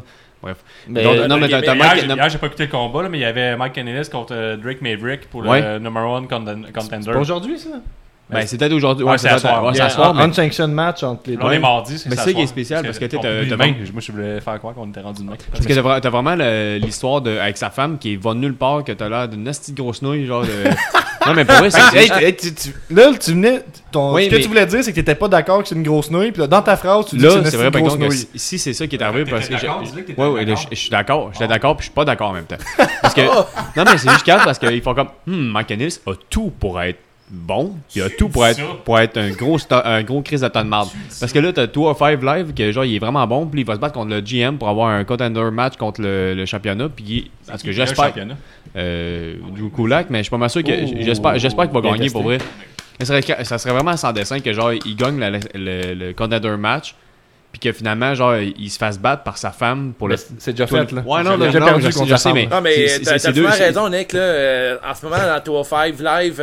Bref. Mais non, mais t'as Mike... Hier, j'ai pas écouté le combat, là, mais il y avait Mike Kanellis contre Drake Maverick pour le number one contender. C'est pas aujourd'hui, ça? Ben, c'est peut-être aujourd'hui. Ouais, c'est à soir. C'est à soir. Unsanctioned match entre les deux. On est mardi, c'est mais c'est ça qui est spécial parce que t'as moi, je voulais faire croire qu'on était rendu demain. Parce que t'as vraiment l'histoire avec sa femme qui va nulle part, que t'as l'air d'une nasty grosse nouille, genre de. Non, mais pour vrai, c'est. Là, tu venais. Ce que tu voulais dire, c'est que t'étais pas d'accord que c'est une grosse nouille, puis dans ta phrase, tu dis que c'est une grosse nouille. Si c'est ça qui est arrivé, parce que. Ouais, je suis d'accord. J'étais d'accord, puis je suis pas d'accord en même temps. Parce que. Non, mais c'est juste calme parce qu'ils font comme. Mike Kanellis a tout pour être bon, il a tout pour être un gros crise de tonne de marde. Parce que là, t'as 205 Live, que genre, il est vraiment bon, puis il va se battre contre le GM pour avoir un contender match contre le championnat, puis parce que j'espère du Kulak, mais je suis pas mal sûr que j'espère qu'il va gagner pour vrai. Ça serait vraiment sans dessin que genre, il gagne le contender match, puis que finalement, genre, il se fasse battre par sa femme pour le. C'est déjà fait, là. Ouais, non, je sais, mais. Non, mais t'as vraiment raison, Nick, là. En ce moment, dans 205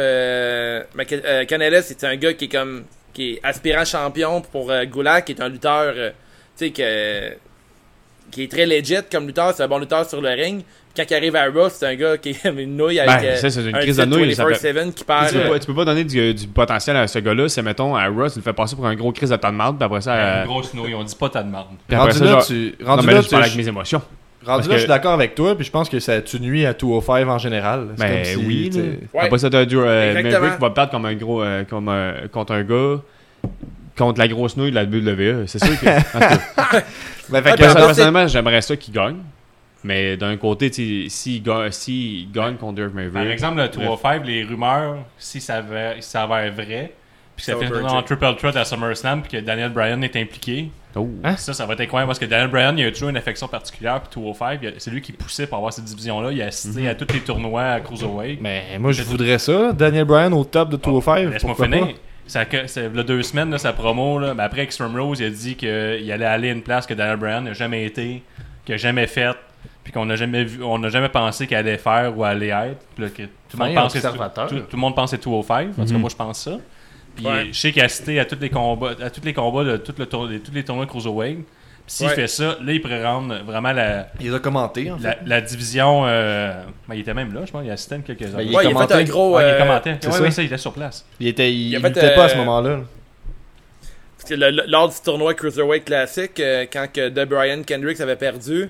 Live, Kanellis, c'est un gars qui est aspirant champion pour Gulak, qui est un lutteur, tu sais, qui est très legit comme lutteur, c'est un bon lutteur sur le ring. Quand il arrive à Raw, c'est un gars qui a une nouille avec c'est une crise de nouille. 24/7 qui perd. Tu peux pas donner du potentiel à ce gars-là. C'est, mettons, à Raw, tu le fais passer pour un gros crise de tas de marde, puis après ça. Une grosse nouille, on dit pas tas de marde. Rendu là, je parle avec mes émotions. Rendu là, je suis d'accord avec toi, puis je pense que tu nuis à 205 en général. Ben oui. Après ça, t'as Maverick va perdre comme un gros. Contre un gars. Contre la grosse nouille de la WWE. C'est sûr que. Personnellement, j'aimerais ça qu'il gagne. Mais d'un côté, s'il gagne contre Dirk Maverick. Par exemple, le 205, les rumeurs, si ça s'avère vrai, puis que ça fait un triple threat à SummerSlam, puis que Daniel Bryan est impliqué, ça va être incroyable parce que Daniel Bryan, il a toujours une affection particulière, puis 205, c'est lui qui poussait pour avoir cette division-là. Il a assisté à tous les tournois à Cruiserweight. Mais moi, je voudrais ça, Daniel Bryan au top de 205. Laisse-moi finir. Il y a 2 semaines, là, sa promo, là, mais après Extreme Rose, il a dit qu'il allait aller à une place que Daniel Bryan n'a jamais été, qu'il n'a jamais faite, puis qu'on n'a jamais vu, on n'a jamais pensé qu'elle allait faire ou allait être. Puis là, que tout le monde pense que tout le monde pense que c'est 205. En tout cas, moi je pense ça. Puis je sais qu'il a assisté à tous les combats de tous les tournois de Cruiserweight. Puis s'il fait ça, là il pourrait rendre vraiment il a commenté en fait. La division. Il était même là, je pense. Il a assisté à quelques-uns. Il a fait un gros. Il commentait. Oui, ça, il était sur place. Il était pas à ce moment-là. Parce que lors du tournoi Cruiserweight classique, quand The Brian Kendricks avait perdu.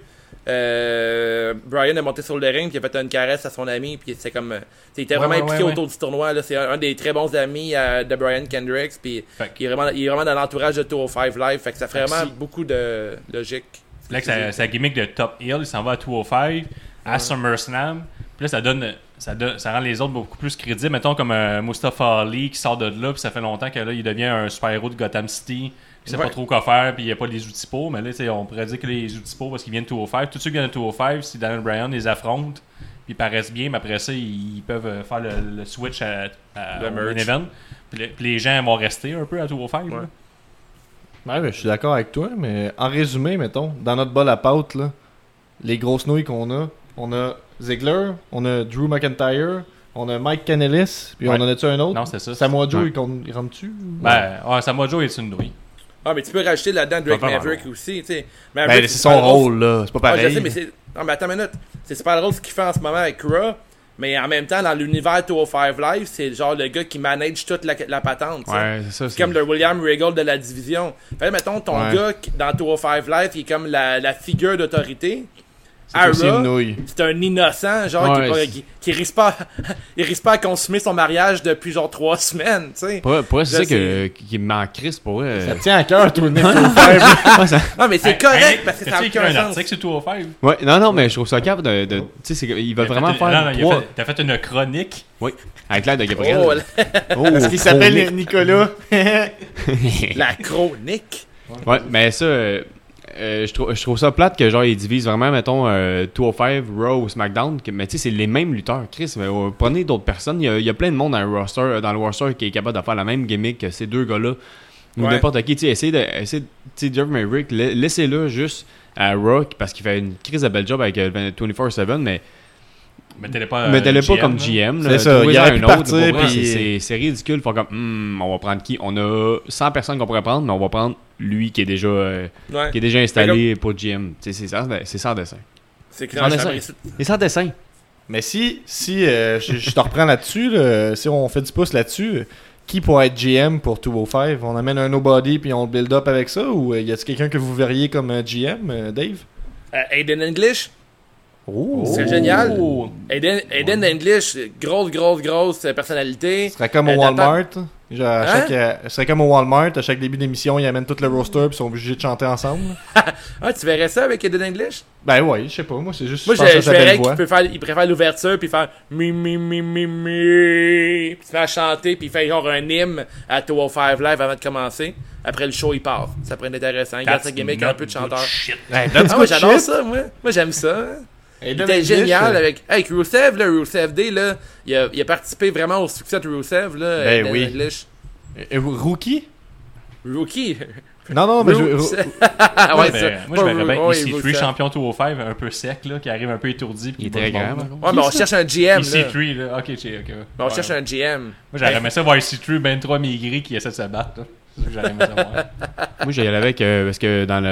Brian est monté sur le ring puis il a fait une caresse à son ami puis c'est comme il était vraiment impliqué autour du tournoi là. C'est un des très bons amis de Brian Kendricks puis il est vraiment dans l'entourage de 205 Live, fait que ça fait vraiment beaucoup de logique. Là que sa gimmick de top heel, il s'en va à 205 à SummerSlam, puis là ça rend les autres beaucoup plus crédibles, mettons comme Mustafa Ali qui sort de là puis ça fait longtemps que là il devient un super-héros de Gotham City. Il sait pas trop quoi faire, puis il n'y a pas les outils pour. Mais là, on pourrait dire que les outils pour parce qu'ils viennent de 205. Tous ceux qui viennent de 205, si Daniel Bryan les affronte, puis ils paraissent bien, mais après ça, ils peuvent faire le switch à main event. Puis les gens vont rester un peu à 205. Ouais, je suis d'accord avec toi, mais en résumé, mettons, dans notre bol à pâte, là, les grosses nouilles qu'on a, on a Ziggler, on a Drew McIntyre, on a Mike Kanellis, puis on en a-tu un autre? Non, c'est ça. Samoa Joe, il rentre-tu? Samoa Joe est une nouille. Ah, mais tu peux rajouter là-dedans Drake Maverick aussi, tu sais. C'est son rôle, là. C'est pas pareil. Je sais, mais non, mais attends une minute. C'est pas le rôle ce qu'il fait en ce moment avec Raw, mais en même temps, dans l'univers 205 Live, c'est genre le gars qui manage toute la patente. Ouais, c'est ça. C'est comme le William Regal de la division. Fait que, mettons, ton gars dans 205 Live, il est comme la figure d'autorité. C'est un innocent, genre, qui risque pas à consommer son mariage depuis genre 3 semaines, tu sais. Pour c'est ça qu'il me manque Chris, pour vrai. Ça tient à cœur, tout le Nick 205. Non, mais c'est correct, parce que ça a aucun sens. Un article sur 205. Ouais, non, mais je trouve ça capable de tu sais, il va vraiment faire. T'as fait une chronique. Oui, avec l'aide de Gabriel. Parce qu'il s'appelle Nicolas. La chronique. Ouais, mais ça. Je trouve ça plate que genre ils divisent vraiment, mettons, 205, Raw ou SmackDown, mais tu sais, c'est les mêmes lutteurs. Chris, prenez d'autres personnes. Il y a plein de monde dans le roster qui est capable de faire la même gimmick que ces deux gars-là. Ou n'importe qui. Essayez de Jeff Maverick, laissez-le juste à Raw parce qu'il fait une crise de bel job avec 24/7, mais Mettez-le pas comme GM. C'est ça, il aurait pu partir. C'est ridicule. Faut comme, on va prendre qui? On a 100 personnes qu'on pourrait prendre, mais on va prendre lui qui est déjà, installé pour GM. C'est sans dessin. C'est clair. C'est sans dessin. Mais si je te reprends là-dessus, là, si on fait du pouce là-dessus, qui pourrait être GM pour 205? On amène un nobody puis on le build up avec ça? Ou y a-t-il quelqu'un que vous verriez comme GM, Dave? Aiden English. C'est Oh. génial. Aiden English, grosse personnalité. Ce serait comme au Walmart. Ce serait comme au Walmart, à chaque début d'émission, ils amènent tout le roster puis ils sont obligés de chanter ensemble. Tu verrais ça avec Aiden English? Ben ouais, je sais pas, moi c'est juste moi je verrais qu'il préfère l'ouverture puis faire mi puis il se met à chanter puis il fait genre un hymne à 205 Live avant de commencer. Après le show il part. Ça pourrait être intéressant. Il garde sa gimmick un peu de chanteur. Moi j'adore ça, moi j'aime ça. Il était génial avec Rusev, là, Rusev Day, là, il a participé vraiment au succès de Rusev, là. Ben oui. Rookie? Non, mais moi je verrais bien EC3, champion 205, un peu sec, là, qui arrive un peu étourdi. Il est très grand. Ouais, mais on cherche un GM. EC3, là. Ok. On cherche un GM. Moi j'aurais aimé ça voir EC3, ben 3 maigri qui essaie de se battre, là. C'est ça que j'aurais aimé ça voir. Moi j'y allais avec, parce que dans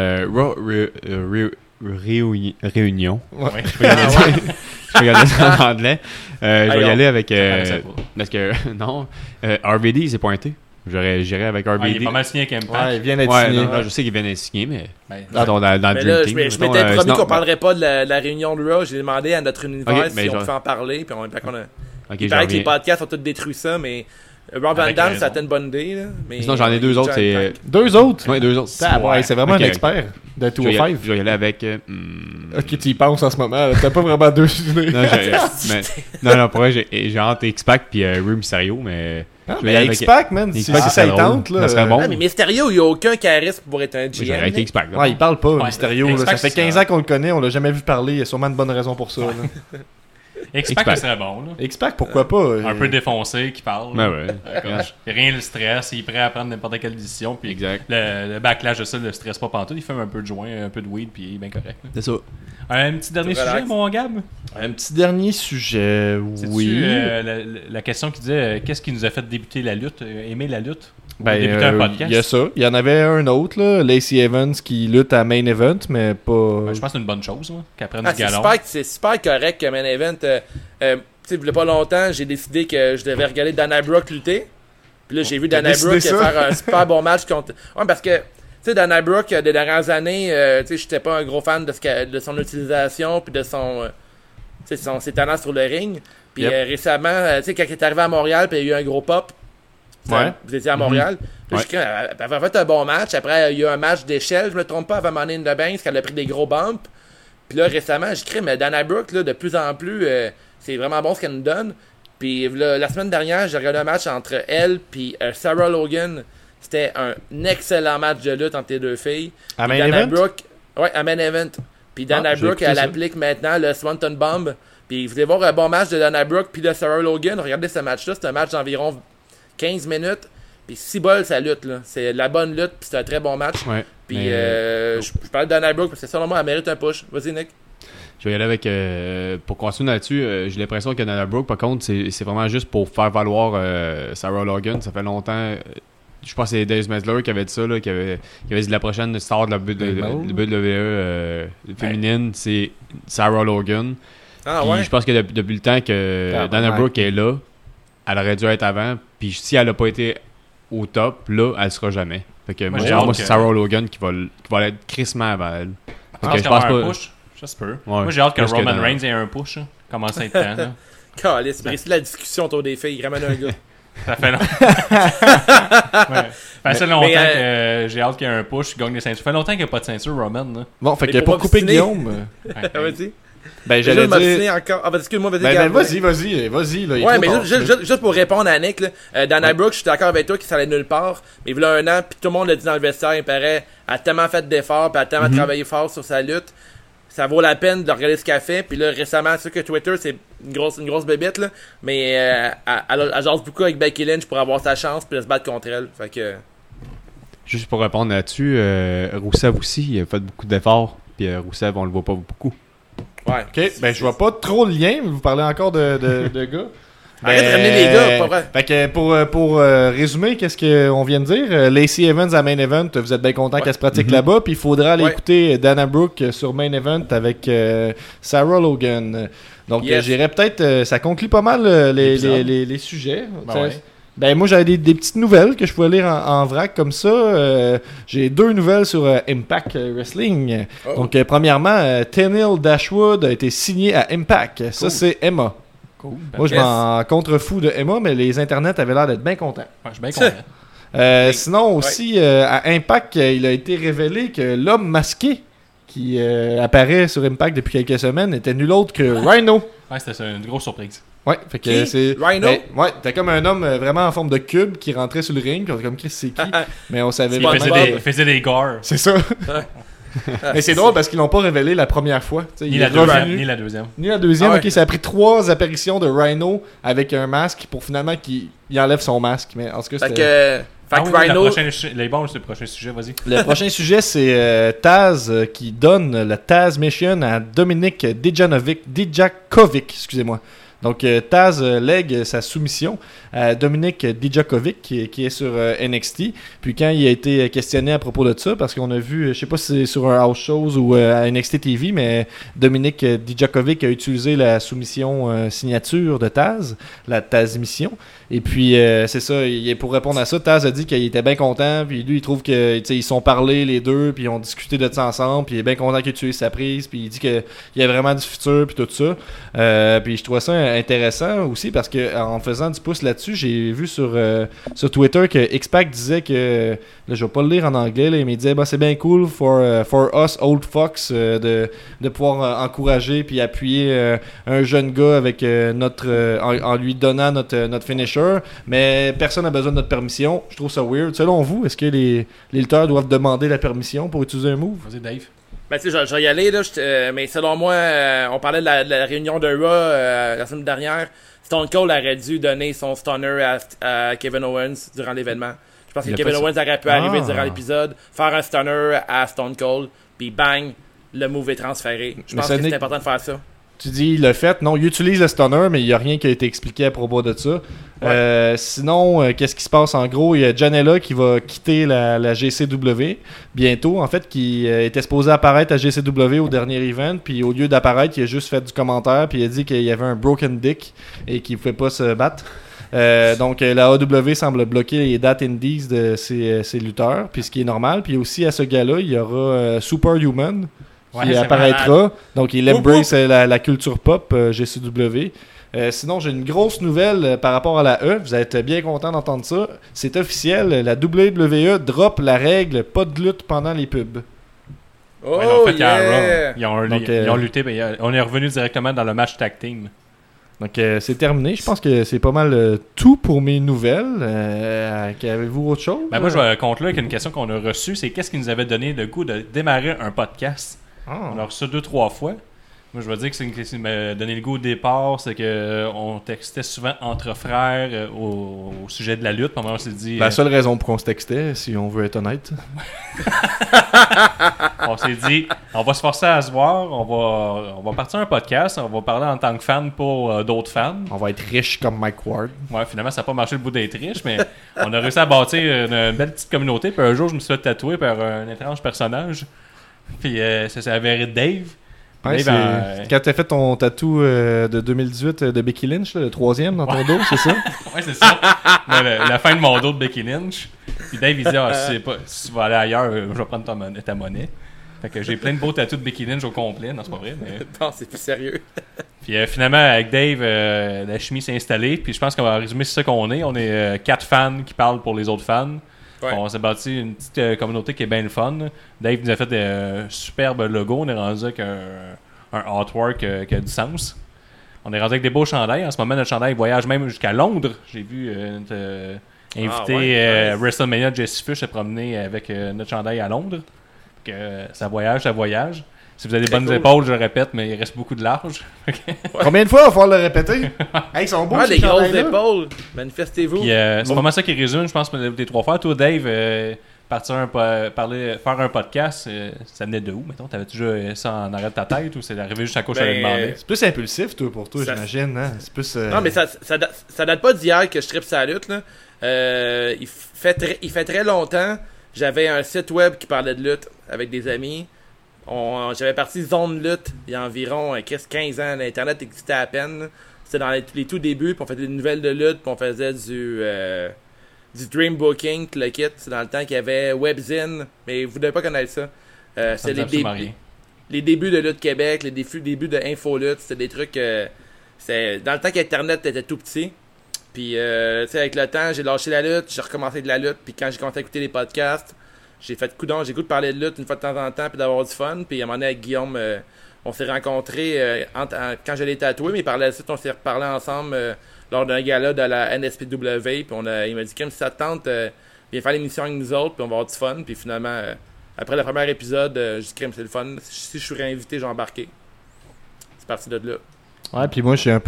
le Réunion. Ouais. Je vais regarder ça en anglais. Je vais y aller avec. Parce que, non, RVD s'est pointé. J'irai avec RVD. Il est pas mal signé avec Impact. Ouais, il vient d'être signé. Non, je sais qu'il vient d'être signé, mais. Dans le Dream Team. Je m'étais promis qu'on parlerait pas de la réunion de Raw. J'ai demandé à notre univers si on pouvait en parler. Puis il paraît que les podcasts ont tous détruit ça, mais. Rob Van Dam, ça a été une bonne idée. Là, mais sinon, j'en ai deux autres. Deux autres? Oui, deux autres. C'est vraiment un expert de 205. Je vais y aller avec. Ok, tu y penses en ce moment. T'as pas vraiment deux idées. Non, pour vrai, j'ai hâte X-Pac puis Rey Mysterio, mais. Mais X-Pac, man, si ça il tente, là. Ça serait bon. Mais Mysterio, il n'y a aucun charisme pour être un GM. J'aurais avec X-Pac. Ouais, il parle pas, Mysterio. Ça fait 15 ans qu'on le connaît, on l'a jamais vu parler. Il y a sûrement une bonne raison pour ça. X-Pac serait bon, là. X-Pac, pourquoi pas? Un peu défoncé, qui parle. Ben ouais. Rien le stress, il est prêt à prendre n'importe quelle décision. Puis exact. Le backlash de ça, le stress pas pantoute. Il fume un peu de joint, un peu de weed, puis il est bien correct. Là. C'est ça. Un petit dernier sujet, mon Gab? Un petit dernier sujet, oui. La question qui disait qu'est-ce qui nous a fait débuter la lutte, aimer la lutte? Débuter un podcast? Il y a ça. Il y en avait un autre, là, Lacey Evans, qui lutte à Main Event, mais pas... Je pense que c'est une bonne chose, qu'elle prenne du galon. C'est super correct que Main Event... tu sais, il y a pas longtemps, j'ai décidé que je devais regarder Dana Brooke lutter. Puis là, j'ai vu Dana Brooke faire un super bon match contre... Ouais, parce que... Tu sais, Dana Brooke, des dernières années, tu sais, j'étais pas un gros fan de son utilisation puis de ses talents sur le ring. Puis récemment, tu sais, quand il est arrivé à Montréal, puis il y a eu un gros pop. Vous étiez à Montréal. Puis elle avait fait un bon match. Après, il y a eu un match d'échelle, je me trompe pas, avant Money in the Bank, parce qu'elle a pris des gros bumps. Puis là, récemment, j'ai écrit, mais Dana Brooke, là, de plus en plus, c'est vraiment bon ce qu'elle nous donne. Puis la semaine dernière, j'ai regardé un match entre elle et Sarah Logan. C'était un excellent match de lutte entre les deux filles. À Main Event? Ouais, à Main Event. Puis Dana Brooke, elle applique maintenant le Swanton Bomb. Puis vous allez voir un bon match de Dana Brooke puis de Sarah Logan. Regardez ce match-là. C'est un match d'environ 15 minutes. Puis 6 balles, ça lutte. Là. C'est de la bonne lutte. Puis c'est un très bon match. Ouais, puis je parle de Dana Brooke parce que selon moi, elle mérite un push. Vas-y, Nick. Je vais y aller avec... pour continuer là-dessus, j'ai l'impression que Dana Brooke, par contre, c'est vraiment juste pour faire valoir Sarah Logan. Ça fait longtemps... je pense que c'est Dave Mesler qui avait dit ça, là, qui avait dit la prochaine star de la WWE féminine, c'est Sarah Logan. Puis je pense que depuis le temps que Dana Brooke est là, elle aurait dû être avant. Puis si elle n'a pas été au top, là, elle sera jamais. Fait que moi c'est Sarah Logan qui va être crissement avant elle. Je pense pas... push. Ça se peut. Ouais, moi, j'ai hâte que Roman Reigns ait un push. Hein. Commence à être temps. Calice, c'est la discussion autour des filles. Ramène un gars. Ça fait longtemps que j'ai hâte qu'il y ait un push, gagne des ceintures. Ça fait longtemps qu'il n'y a pas de ceinture, Roman. Là. Bon, fait qu'il n'y a pas coupé Guillaume. Vas-y. Ben, j'allais dire... encore. Ah, excuse-moi, vas-y. Vas-y. Là, ouais, mais juste pour répondre à Nick, là, Dana Brooke, je suis d'accord avec toi qu'il s'allait nulle part. Mais il y a un an, puis tout le monde l'a dit dans le vestiaire, il paraît, elle a tellement fait d'efforts, puis elle a tellement travaillé fort sur sa lutte. Ça vaut la peine de regarder ce qu'elle fait. Puis là, récemment, c'est sûr que Twitter, c'est une grosse bébête, là. Mais elle jase beaucoup avec Becky Lynch pour avoir sa chance puis de se battre contre elle. Fait que... Juste pour répondre là-dessus, Rusev aussi, il a fait beaucoup d'efforts. Puis Rusev, on le voit pas beaucoup. Ouais. Ok, ben je vois pas trop le lien, mais vous parlez encore de gars. Arrête de ramener les gars, pas vrai. Fait que pour résumer, qu'est-ce qu'on vient de dire? Lacey Evans à Main Event, vous êtes bien content qu'elle se pratique là-bas, puis il faudra aller écouter Dana Brooke sur Main Event avec Sarah Logan. Donc j'irais peut-être, ça conclut pas mal les sujets. Ben moi j'avais des petites nouvelles que je pouvais lire en vrac comme ça. J'ai 2 nouvelles sur Impact Wrestling. Donc premièrement, Tenille Dashwood a été signé à Impact. Cool. Ça c'est Emma. Cool. Moi je m'en contrefous de Emma, mais les internets avaient l'air d'être bien contents. Ouais, je suis bien content. Sinon aussi à Impact, il a été révélé que l'homme masqué qui apparaît sur Impact depuis quelques semaines était nul autre que Rhino. Ouais, c'était une grosse surprise. Ouais, fait que c'est Rhino? Ouais, t'as comme un homme vraiment en forme de cube qui rentrait sur le ring, comme Chris c'est qui, mais on savait pas. Il faisait des gares. C'est ça. Mais c'est drôle parce qu'ils l'ont pas révélé la première fois. Ni la deuxième. Ni la deuxième. Ok, ça a pris 3 apparitions de Rhino avec un masque pour finalement qu'il enlève son masque. Mais en tout cas, c'était... Rhino... C'est le prochain sujet, vas-y. Le prochain sujet, c'est Taz qui donne le Taz Mission à Dominic Dijakovic, excusez-moi. Donc Taz lègue sa soumission à Dominic Dijakovic qui est sur NXT. Puis quand il a été questionné à propos de ça, parce qu'on a vu, je sais pas si c'est sur un house shows ou à NXT TV, mais Dominic Dijakovic a utilisé la soumission signature de Taz, la Taz Mission. Et puis c'est ça, pour répondre à ça, Taz a dit qu'il était bien content, puis lui il trouve que ils sont parlé les deux, puis ils ont discuté de ça ensemble, puis il est bien content qu'il ait tué sa prise, puis il dit qu'il y a vraiment du futur, puis tout ça. Puis je trouvais ça intéressant aussi parce que en faisant du pouce là-dessus, j'ai vu sur Twitter que X-Pac disait que, là je vais pas le lire en anglais, là, mais il disait c'est bien cool for us old fox de pouvoir encourager puis appuyer un jeune gars avec en lui donnant notre finisher, mais personne n'a besoin de notre permission. Je trouve ça weird. Selon vous, est-ce que les lutteurs doivent demander la permission pour utiliser un move? Vas-y Dave. Ben tu sais, je vais y aller là, mais selon moi, on parlait de la réunion de Raw la semaine dernière. Stone Cold aurait dû donner son stunner à Kevin Owens durant l'événement. Je pense que Kevin Owens aurait pu arriver durant l'épisode, faire un stunner à Stone Cold, puis bang, le move est transféré. Je pense que c'est important de faire ça. Tu dis, il l'a fait. Non, il utilise le stunner, mais il n'y a rien qui a été expliqué à propos de ça. Ouais. Sinon, qu'est-ce qui se passe en gros? Il y a Janela qui va quitter la GCW bientôt. En fait, qui était supposé apparaître à GCW au dernier event. Puis au lieu d'apparaître, il a juste fait du commentaire. Puis il a dit qu'il y avait un broken dick et qu'il ne pouvait pas se battre. Donc la AEW semble bloquer les dates indies de ses lutteurs. Puis ce qui est normal. Puis aussi à ce gars-là, il y aura Superhuman. Qui apparaîtra. Donc, il embrace la culture pop GCW. Sinon, j'ai une grosse nouvelle par rapport à la E. Vous allez être bien content d'entendre ça. C'est officiel. La WWE drop la règle pas de lutte pendant les pubs. Oh, en fait, yeah! Ils ont lutté. On est revenu directement dans le match tag team. Donc, c'est terminé. Je pense que c'est pas mal tout pour mes nouvelles. Avez-vous autre chose? Ben moi, je vais conclure avec une question qu'on a reçue. C'est qu'est-ce qui nous avait donné le goût de démarrer un podcast? On a reçu ça 2-3 fois. Moi, je vais dire que c'est ce qui m'a donné le goût au départ, c'est qu'on textait souvent entre frères au sujet de la lutte. Puis on s'est dit... La seule raison pour qu'on se textait, si on veut être honnête. On s'est dit, on va se forcer à se voir, on va partir un podcast, on va parler en tant que fan pour d'autres fans. On va être riche comme Mike Ward. Ouais, finalement, ça n'a pas marché le bout d'être riche, mais on a réussi à bâtir une belle petite communauté. Puis un jour, je me suis fait tatouer par un étrange personnage. Puis ça s'est avéré Dave. Ouais, quand t'as fait ton tatou de 2018 de Becky Lynch, là, le 3e dans ton dos, c'est ça? Ouais, c'est ça. La fin de mon dos de Becky Lynch. Puis Dave, il dit si tu vas aller ailleurs, je vais prendre ta monnaie. Fait que j'ai plein de beaux tatous de Becky Lynch au complet. Non, c'est pas vrai. Mais... non, c'est plus sérieux. Puis finalement, avec Dave, la chimie s'est installée. Puis je pense qu'on va résumer c'est ça qu'on est. On est 4 fans qui parlent pour les autres fans. Ouais. On s'est bâti une petite communauté qui est bien le fun. Dave nous a fait des superbes logos. On est rendu avec un artwork qui a du sens. On est rendu avec des beaux chandails. En ce moment, notre chandail voyage même jusqu'à Londres. J'ai vu notre invité WrestleMania Jesse Fush se promener avec notre chandail à Londres. Que ça voyage. Si vous avez des bonnes épaules, je le répète, mais il reste beaucoup de large. Combien de fois il va falloir le répéter? Hey, ils sont beaux, les grosses épaules. Manifestez-vous. C'est vraiment ça qui résume, je pense, des 3 fois. Toi, Dave, faire un podcast, ça venait de où, mettons? T'avais-tu déjà ça en arrière de ta tête ou c'est arrivé juste à cause que je t'avais demandé? C'est plus impulsif, pour toi, j'imagine. Hein? C'est plus, Non, mais ça date pas d'hier que je tripe sa lutte. Là. Il fait très longtemps, j'avais un site web qui parlait de lutte avec des amis. J'avais parti Zone Lutte il y a environ 15 ans. L'Internet existait à peine. Là. C'était dans les tout débuts, puis on faisait des nouvelles de lutte, puis on faisait du Dream Booking, le kit. C'est dans le temps qu'il y avait Webzine, mais vous devez pas connaître ça. C'est les débuts de Lutte Québec, les débuts de Infolutte. C'était des trucs... c'est dans le temps qu'Internet était tout petit. Puis, avec le temps, j'ai lâché la lutte, j'ai recommencé de la lutte. Puis quand j'ai commencé à écouter les podcasts, j'ai fait j'ai goût de parler de lutte une fois de temps en temps, puis d'avoir du fun. Puis à un moment donné, avec Guillaume, on s'est rencontrés quand j'allais tatouer, mais par la suite, on s'est reparlé ensemble lors d'un gala de la NSPW. Puis il m'a dit, Kim, si ça te tente, viens faire l'émission avec nous autres, puis on va avoir du fun. Puis finalement, après le premier épisode, j'ai dit, Kim, c'est le fun. Si je suis réinvité, j'ai embarqué. C'est parti de là. Ouais, puis moi, je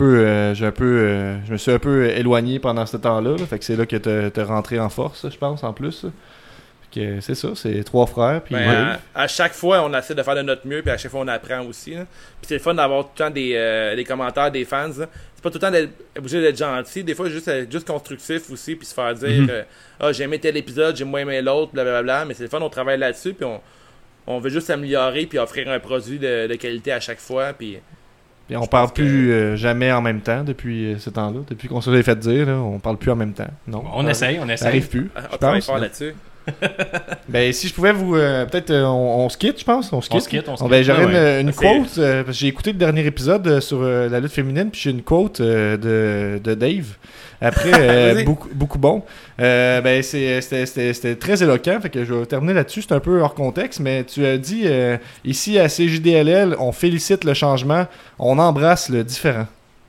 me suis un peu éloigné pendant ce temps-là. Fait que c'est là que t'es rentré en force, je pense, en plus. Fait que c'est ça, c'est 3 frères. Puis à chaque fois, on essaie de faire de notre mieux, puis à chaque fois, on apprend aussi. Hein. Puis c'est le fun d'avoir tout le temps des commentaires des fans. Hein. C'est pas tout le temps obligé d'être gentil. Des fois, juste constructif aussi, puis se faire dire j'ai aimé tel épisode, j'ai moins aimé l'autre, blablabla. Mais c'est le fun, on travaille là-dessus, puis on veut juste s'améliorer, puis offrir un produit de qualité à chaque fois, puis... Et on parle plus jamais en même temps depuis ce temps-là. Depuis qu'on se l'est fait dire, là, on parle plus en même temps. Non. On essaye. Ça arrive plus. On travaille fort là-dessus. Ben, si je pouvais vous... peut-être on se quitte, je pense. On se quitte. J'aurais une quote. Parce que j'ai écouté le dernier épisode sur la lutte féminine, puis j'ai une quote de Dave. Après, beaucoup bon. Ben, c'était très éloquent, fait que je vais terminer là-dessus. C'est un peu hors contexte, mais tu as dit ici à CJDLL, on félicite le changement, on embrasse le différent.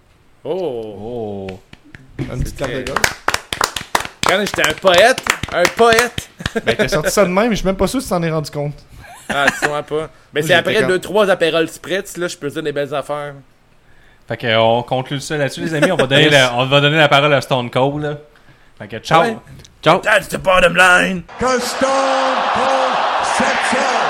Oh! Une petite carte de gauche. Quand j'étais un poète! Ben, t'as sorti ça de même, je suis même pas sûr si tu t'en es rendu compte. Ah, sûrement pas. Mais c'est après 2-3 apérols spritz, là, je peux dire des belles affaires. Fait qu'on conclut ça là-dessus, les amis. On va donner la parole à Stone Cold. Là. Fait que ciao! Ouais. Ciao! That's the bottom line! Que Stone Cold